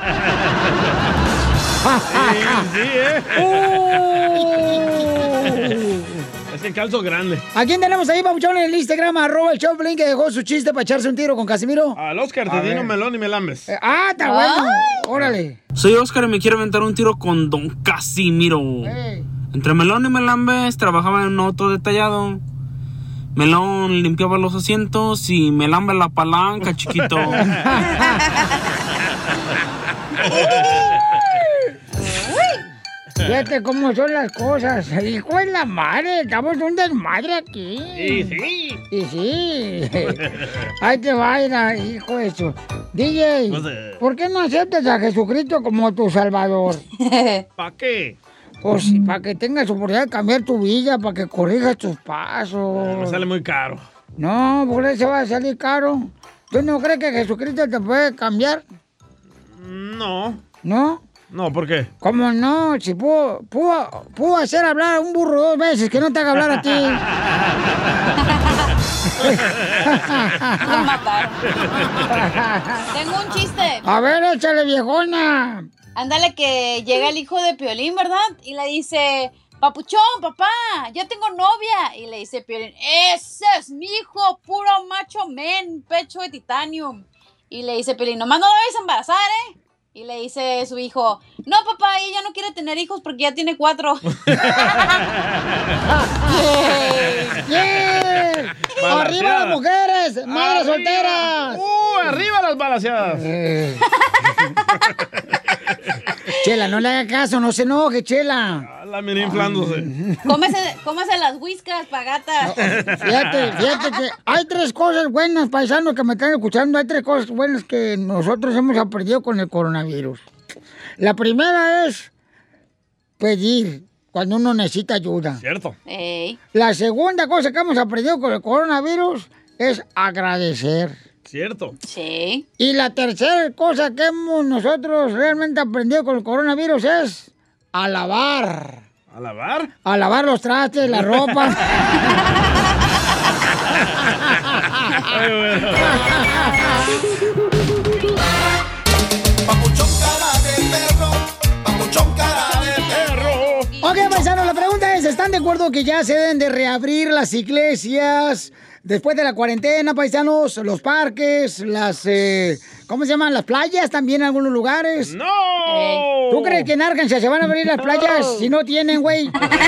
Es el calzo grande. ¿A quién tenemos ahí, papuchón, en el Instagram? @elshowdepiolín, que dejó su chiste para echarse un tiro con Casimiro. Al Oscar, te dino melón y melambes. Está bueno. Órale. Soy Oscar y me quiero aventar un tiro con don Casimiro. Entre Melón y Melambes trabajaba en un auto detallado. Melón limpiaba los asientos y Melambe la palanca, chiquito. Fíjate cómo son las cosas. Hijo de la madre, estamos un desmadre aquí. Y sí. Y sí. Ahí te va, hijo de eso. DJ, ¿por qué no aceptas a Jesucristo como tu salvador? ¿Para qué? Pues para que tengas oportunidad de cambiar tu vida, para que corrijas tus pasos. Me sale muy caro. No, ¿por qué se va a salir caro? ¿Tú no crees que Jesucristo te puede cambiar? No. ¿No? No, ¿por qué? ¿Cómo no? Si pudo hacer hablar a un burro 2 veces, que no te haga hablar a ti. Lo mataron. Tengo un chiste. A ver, échale, viejona. Ándale, que llega el hijo de Piolín, ¿verdad? Y le dice, papuchón, papá, ya tengo novia. Y le dice Piolín, ese es mi hijo, puro macho men, pecho de titanio. Y le dice Piolín, nomás no lo vayas a embarazar, ¿eh? Y le dice su hijo, no, papá, ella no quiere tener hijos porque ya tiene 4. ¡Yeah! ¡Arriba las mujeres! ¡Madres solteras! ¡Arriba las balaseadas! Chela, no le haga caso, no se enoje, Chela. La mira inflándose. Cómese las whiskas, pagata. Fíjate que hay 3 cosas buenas, paisanos que me están escuchando. Hay 3 cosas buenas que nosotros hemos aprendido con el coronavirus. La primera es pedir cuando uno necesita ayuda. Cierto. La segunda cosa que hemos aprendido con el coronavirus es agradecer. Cierto. Sí. Y la tercera cosa que hemos nosotros realmente aprendido con el coronavirus es a lavar. ¿A lavar? A lavar los trastes, la ropa. Ok, paisanos, la pregunta es, ¿están de acuerdo que ya se deben de reabrir las iglesias después de la cuarentena, paisanos? Los parques, las... ¿cómo se llaman? Las playas también en algunos lugares. ¡No! ¿Tú crees que en Arkansas se van a abrir las playas si no tienen, güey?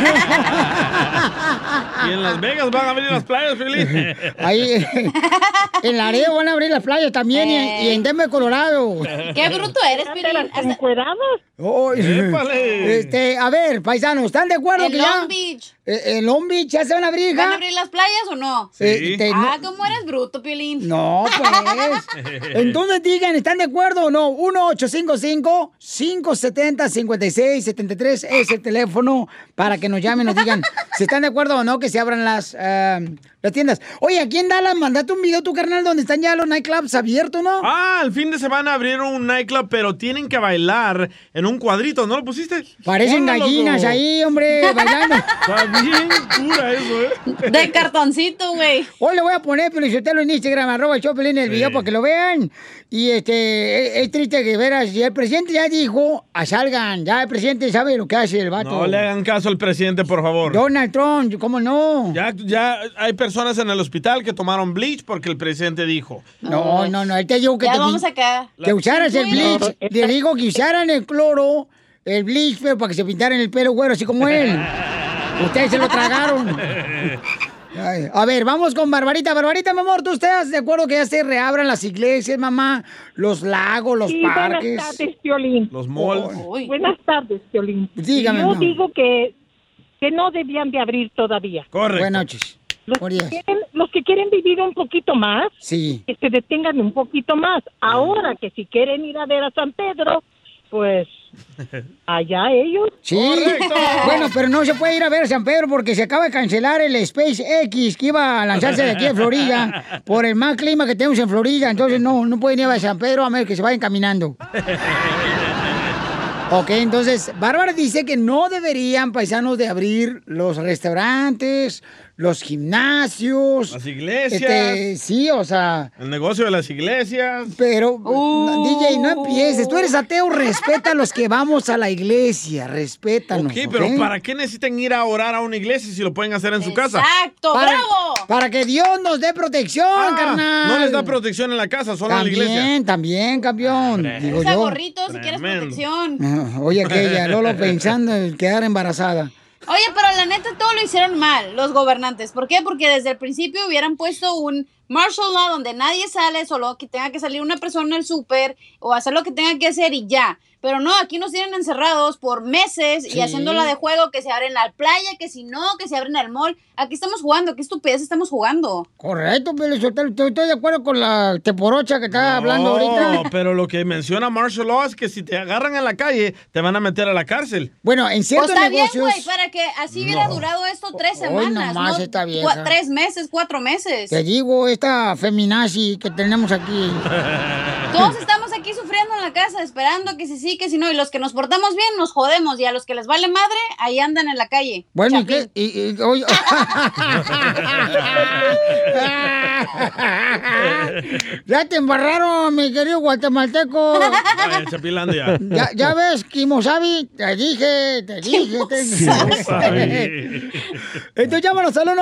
Y en Las Vegas van a abrir las playas, Feliz. Ahí, en Laredo van a abrir las playas también y en Denver, Colorado. ¡Qué bruto eres, Piolín! Oh, a ver, paisanos, ¿están de acuerdo que ya? Long Beach. ¿En Long Beach ya se van a abrir, hija? ¿Van a abrir las playas o no? Sí. ¿Cómo eres bruto, Piolín? No, pues. Entonces digan, ¿están de acuerdo o no? 1-855-570-5673 es el teléfono para que nos llamen y nos digan, si están de acuerdo o no que se abran las tiendas. Oye, aquí en Dallas, mandate un video tu carnal donde están ya los nightclubs abiertos, ¿no? Ah, el fin de semana abrieron un nightclub, pero tienen que bailar en un cuadrito, ¿no lo pusiste? Parecen Póngalo, gallinas ahí, hombre, bailando. Está bien pura eso, De cartoncito, güey. Hoy le voy a poner, pero yo te lo en Instagram, @Choplin el video para que lo vean. Y es triste que veras, y el presidente ya dijo, salgan, ya el presidente sabe lo que hace el vato. No le hagan caso al presidente, por favor. Donald Trump, ¿cómo no? Ya hay personas en el hospital que tomaron bleach porque el presidente dijo. No, él te dijo que Ya vamos acá. que usaras el bleach. Le digo que usaran el cloro, el bleach, pero para que se pintaran el pelo güero, así como él. Ustedes se lo tragaron. Ay, a ver, vamos con Barbarita. Barbarita, mi amor, ¿tú estás de acuerdo que ya se reabran las iglesias, mamá? Los lagos, los parques. Buenas tardes, Piolín. Los malls. Buenas tardes, Piolín. Dígame, Yo mamá. digo que no debían de abrir todavía. Correcto. Buenas noches. Los que quieren vivir un poquito más, sí, que se detengan un poquito más. Ahora que si quieren ir a ver a San Pedro, pues allá ellos. Sí, bueno, pero no se puede ir a ver a San Pedro porque se acaba de cancelar el SpaceX que iba a lanzarse de aquí a Florida por el mal clima que tenemos en Florida. Entonces no pueden ir a San Pedro a menos que se vayan caminando. Ok, entonces, Bárbara dice que no deberían, paisanos, de abrir los restaurantes, los gimnasios. Las iglesias. Sí, o sea... El negocio de las iglesias. Pero, DJ, no empieces. Tú eres ateo, respeta a los que vamos a la iglesia, respétanos. Ok, pero ¿para qué necesitan ir a orar a una iglesia si lo pueden hacer en su casa? ¡Exacto, bravo! Para que Dios nos dé protección, carnal. No les da protección en la casa, solo en la iglesia. También, campeón. Digo Usa yo. gorrito si quieres protección. Oye, aquella, Lolo pensando en quedar embarazada. Oye, pero la neta todo lo hicieron mal los gobernantes. ¿Por qué? Porque desde el principio hubieran puesto un martial law donde nadie sale, solo que tenga que salir una persona al súper o hacer lo que tenga que hacer y ya. Pero no, aquí nos tienen encerrados por meses y haciéndola de juego, que se abren la playa, que si no, que se abren al mall. Aquí estamos jugando, qué estupidez estamos jugando. Correcto, pero estoy de acuerdo con la teporocha que está hablando ahorita. No, pero lo que menciona martial law es que si te agarran en la calle, te van a meter a la cárcel. Bueno, en ciertos pues está negocios... bien, güey, para que así hubiera durado esto 3 semanas, nomás ¿no? esta vieja. 3 meses, 4 meses. Te digo, esta feminazi que tenemos aquí. Todos estamos aquí sufriendo en la casa, esperando que sí, que si no. Y los que nos portamos bien, nos jodemos. Y a los que les vale madre, ahí andan en la calle. Bueno, Chapín. ¿y qué? Oye... Ya te embarraron, mi querido guatemalteco. Ay, Chapilandia. Ya ves, Kimosabi, te dije. Entonces llámanos al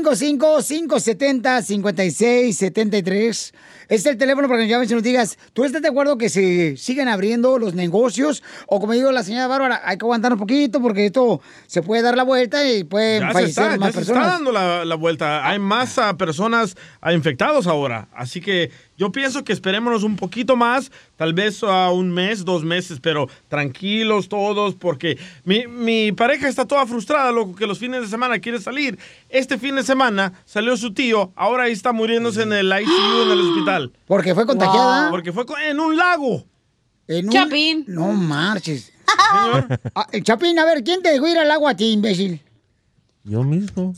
1-855-570-5673. Este es el teléfono para que nos llames y nos digas, ¿tú estás de acuerdo que se sigan abriendo los negocios? O como digo la señora Bárbara, hay que aguantar un poquito porque esto se puede dar la vuelta y pueden fallecer más personas. Se está dando la vuelta. Hay más personas infectados ahora. Así que yo pienso que esperémonos un poquito más, tal vez a un mes, 2 meses, pero tranquilos todos, porque mi pareja está toda frustrada, loco, que los fines de semana quiere salir. Este fin de semana salió su tío, ahora ahí está muriéndose en el ICU, en el hospital. ¿Porque fue contagiada? Porque fue en un lago. Chapín. No marches. Señor. Chapín, a ver, ¿quién te dejó ir al agua a ti, imbécil? Yo mismo.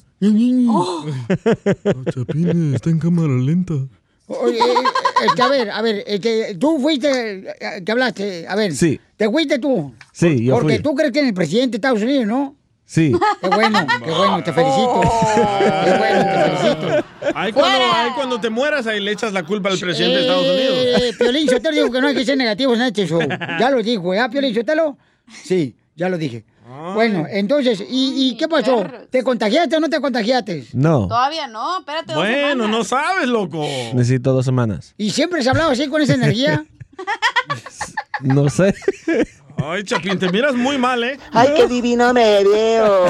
Chapín está en cámara lenta. Oye, a ver, tú fuiste, que hablaste, a ver. Sí. ¿Te fuiste tú? Sí, yo Porque fui. tú crees que en el presidente de Estados Unidos, ¿no? Sí. Qué bueno, te felicito. Qué bueno, te felicito. Ahí cuando te mueras, ahí le echas la culpa al presidente de Estados Unidos. Piolín Sotelo dijo que no hay que ser negativos en este show. Ya lo dijo, ¿ya, Piolín Sotelo? Sí, ya lo dije. Bueno, entonces, ¿y qué pasó? perros. ¿Te contagiaste o no te contagiaste? No. Todavía no, espérate 2 Bueno, semanas. no sabes, loco. Necesito 2 semanas. ¿Y siempre se hablaba así con esa energía? No sé. Ay, Chapín, te miras muy mal, ¿eh? Ay, qué divino me veo.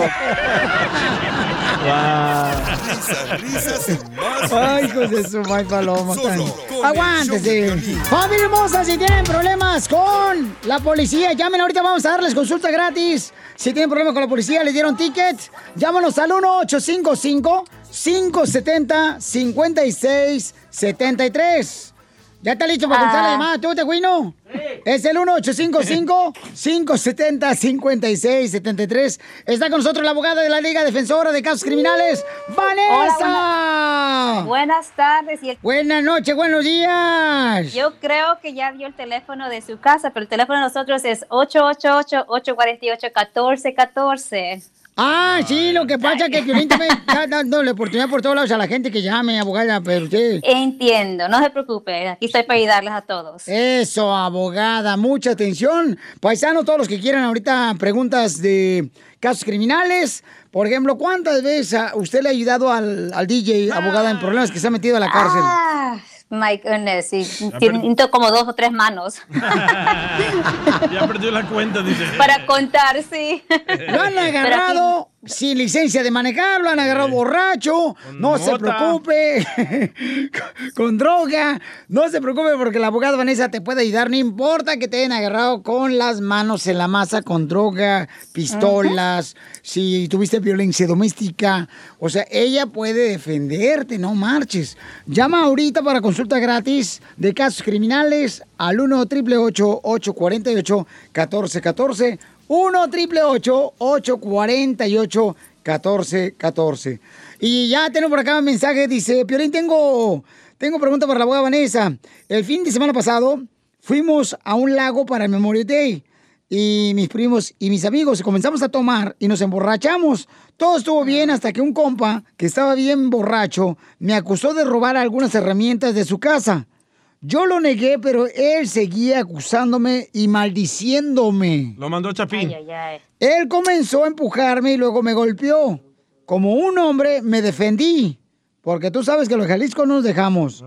Risas y más. Ay, hijos de su may paloma. Solo con Aguántese. el show de Piolín. Familia hermosa, si tienen problemas con la policía, llamen ahorita, vamos a darles consulta gratis. Si tienen problemas con la policía, les dieron ticket, llámanos al 1-855-570-5673. ¿Ya está listo para contestar la llamada tú, Teguino? Sí. Es el 1-855-570-5673. Está con nosotros la abogada de la Liga Defensora de Casos Criminales, Vanessa. Hola, buenas tardes. Buenas noches, buenos días. Yo creo que ya dio el teléfono de su casa, pero el teléfono de nosotros es 888-848-1414. Ah, sí, lo que pasa es que Piolín también está dando la oportunidad por todos lados a la gente que llame, abogada, pero usted... Entiendo, no se preocupe, aquí estoy para ayudarles a todos. Eso, abogada, mucha atención. Paisanos, todos los que quieran ahorita preguntas de casos criminales. Por ejemplo, ¿cuántas veces usted le ha ayudado al DJ, abogada, en problemas que se ha metido a la cárcel? My goodness, sí, siento como 2 o 3 manos. Ya perdió la cuenta, dice. Para contar, sí. Lo han agarrado sin licencia de manejar, lo han agarrado borracho, no se preocupe, con droga, no se preocupe porque la abogada Vanessa te puede ayudar, no importa que te hayan agarrado con las manos en la masa, con droga, pistolas, si tuviste violencia doméstica, o sea, ella puede defenderte, no marches. Llama ahorita para consulta gratis de casos criminales al 1-888-848-1414, 1-888-848-1414. Y ya tengo por acá un mensaje, dice, Piolín, tengo pregunta para la abogada Vanessa. El fin de semana pasado fuimos a un lago para el Memorial Day y mis primos y mis amigos comenzamos a tomar y nos emborrachamos. Todo estuvo bien hasta que un compa que estaba bien borracho me acusó de robar algunas herramientas de su casa. Yo lo negué, pero él seguía acusándome y maldiciéndome. Lo mandó Chapín. Él comenzó a empujarme y luego me golpeó. Como un hombre, me defendí. Porque tú sabes que los Jalisco no nos dejamos.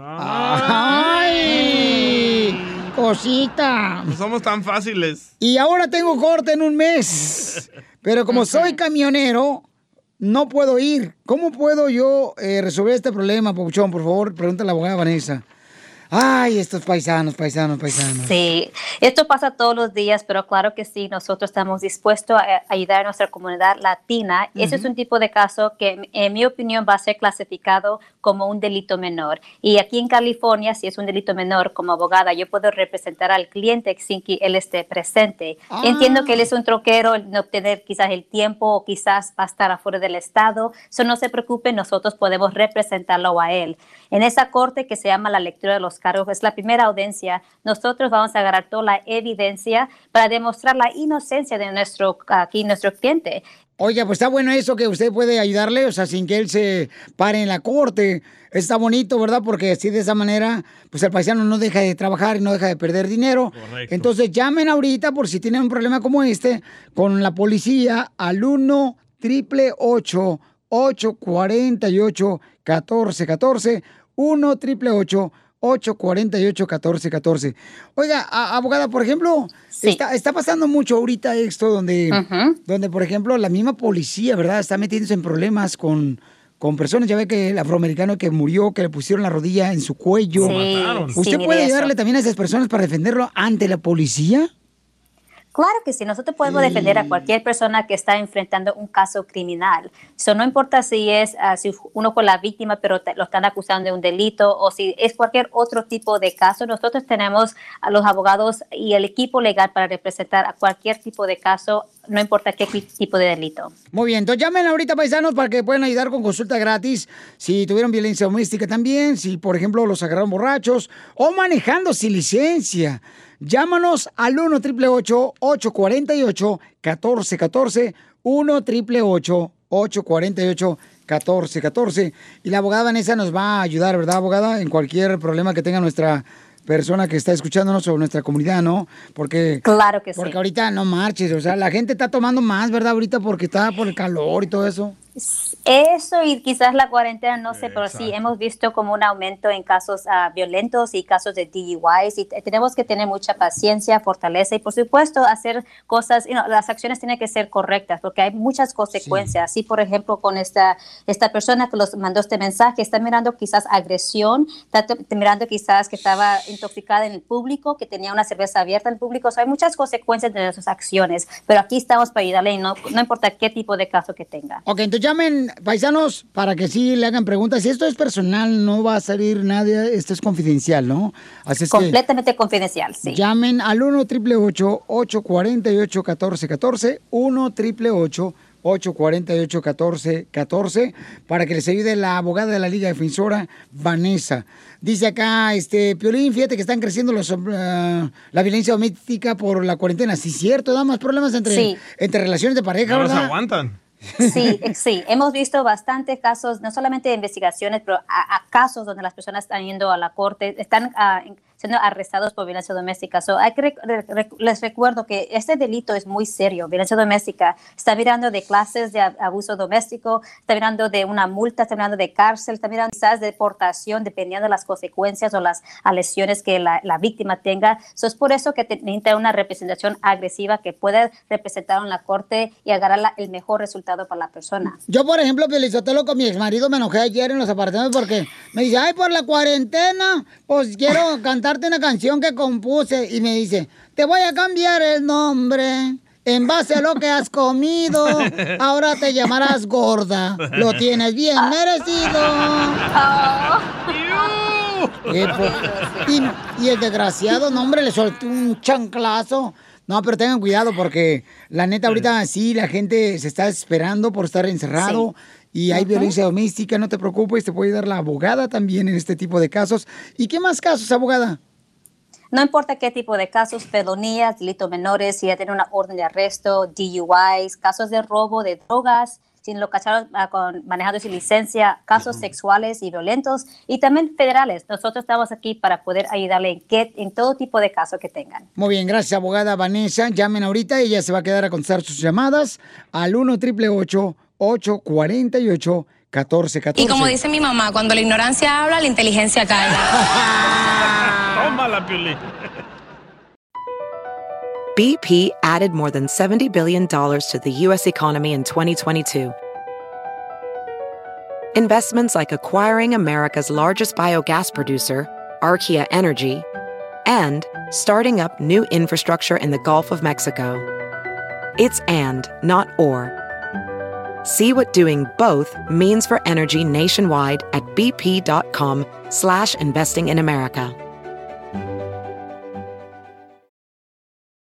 ¡Ay! Cosita. No somos tan fáciles. Y ahora tengo corte en un mes. Pero como soy camionero, no puedo ir. ¿Cómo puedo yo resolver este problema, Papuchón? Por favor, pregunta a la abogada Vanessa. Ay, estos paisanos. Sí, esto pasa todos los días, pero claro que sí, nosotros estamos dispuestos a ayudar a nuestra comunidad latina. Ese es un tipo de caso que, en mi opinión, va a ser clasificado como un delito menor. Y aquí en California, si es un delito menor, como abogada, yo puedo representar al cliente sin que él esté presente. Entiendo que él es un troquero, no tener quizás el tiempo o quizás va a estar afuera del estado. So, no se preocupen, nosotros podemos representarlo a él. En esa corte que se llama la lectura de los cargos, es la primera audiencia. Nosotros vamos a agarrar toda la evidencia para demostrar la inocencia de nuestro cliente. Oye, pues está bueno eso que usted puede ayudarle, o sea, sin que él se pare en la corte. Está bonito, ¿verdad? Porque así de esa manera, pues el paisano no deja de trabajar y no deja de perder dinero. Correcto. Entonces llamen ahorita por si tienen un problema como este con la policía al 1-888-848-1414, 1-888-848-1414. Oiga, abogada, por ejemplo, sí, está pasando mucho ahorita esto donde, por ejemplo, la misma policía, ¿verdad? Está metiéndose en problemas con personas. Ya ve que el afroamericano que murió, que le pusieron la rodilla en su cuello. Sí, ¿Usted puede ayudarle también a esas personas para defenderlo ante la policía? Claro que sí, nosotros podemos defender a cualquier persona que está enfrentando un caso criminal. So, no importa si es si uno fue la víctima, pero lo están acusando de un delito, o si es cualquier otro tipo de caso. Nosotros tenemos a los abogados y el equipo legal para representar a cualquier tipo de caso, no importa qué tipo de delito. Muy bien, entonces llamen ahorita, paisanos, para que puedan ayudar con consulta gratis. Si tuvieron violencia doméstica también, si por ejemplo los agarraron borrachos o manejando sin licencia. Llámanos al 1-888-848-1414, 1-888-848-1414. Y la abogada Vanessa nos va a ayudar, ¿verdad, abogada? En cualquier problema que tenga nuestra persona que está escuchándonos o nuestra comunidad, ¿no? Porque claro que sí. Porque ahorita no marches, o sea, la gente está tomando más, ¿verdad? Ahorita porque está por el calor y todo eso. Eso y quizás la cuarentena, no sé, pero sí hemos visto como un aumento en casos violentos y casos de DUIs, y tenemos que tener mucha paciencia, fortaleza y por supuesto hacer cosas, las acciones tienen que ser correctas porque hay muchas consecuencias. Sí. Así, por ejemplo, con esta persona que los mandó este mensaje, está mirando quizás agresión, está mirando quizás que estaba intoxicada en el público, que tenía una cerveza abierta en el público. O sea, hay muchas consecuencias de sus acciones, pero aquí estamos para ayudarle y no importa qué tipo de caso que tenga. Ok, entonces llamen, paisanos, para que sí le hagan preguntas. Si esto es personal, no va a salir nadie, esto es confidencial, ¿no? Así es Completamente confidencial, sí. Llamen al 1-888-848-1414, 1-888-848-1414, para que les ayude la abogada de la Liga Defensora, Vanessa. Dice acá, Piolín, fíjate que están creciendo la violencia doméstica por la cuarentena. Sí, cierto, da más problemas entre relaciones de pareja, No ¿verdad? se aguantan. Sí, hemos visto bastantes casos, no solamente de investigaciones, pero a casos donde las personas están yendo a la corte, están siendo arrestados por violencia doméstica. Les recuerdo que este delito es muy serio, violencia doméstica. Está mirando de clases de abuso doméstico, está mirando de una multa, está mirando de cárcel, está mirando quizás de deportación, dependiendo de las consecuencias o las lesiones que la víctima tenga. Es por eso que necesita una representación agresiva que pueda representar en la corte y agarrar el mejor resultado para la persona. Yo, por ejemplo, Piolizotelo, con mi exmarido me enojé ayer en los apartamentos porque me dice, ay, por la cuarentena, pues quiero cantarte una canción que compuse. Y me dice, te voy a cambiar el nombre en base a lo que has comido. Ahora te llamarás gorda. Lo tienes bien merecido. Y el desgraciado, no, hombre, le soltó un chanclazo. No, pero tengan cuidado porque la neta ahorita sí la gente se está esperando por estar encerrado y hay violencia doméstica. No te preocupes, te puede dar la abogada también en este tipo de casos. ¿Y qué más casos, abogada? No importa qué tipo de casos, felonías, delitos menores, si ya tiene una orden de arresto, DUIs, casos de robo de drogas, si lo cacharon manejando sin licencia, casos sexuales y violentos, y también federales. Nosotros estamos aquí para poder ayudarle en todo tipo de casos que tengan. Muy bien, gracias, abogada Vanessa. Llamen ahorita, ella se va a quedar a contestar sus llamadas al 1-888-848-1414. Y como dice mi mamá, cuando la ignorancia habla, la inteligencia calla. Tómala, Piolín. BP added more than $70 billion to the U.S. economy in 2022. Investments like acquiring America's largest biogas producer, Archaea Energy, and starting up new infrastructure in the Gulf of Mexico. It's and, not or. See what doing both means for energy nationwide at bp.com/investing in America.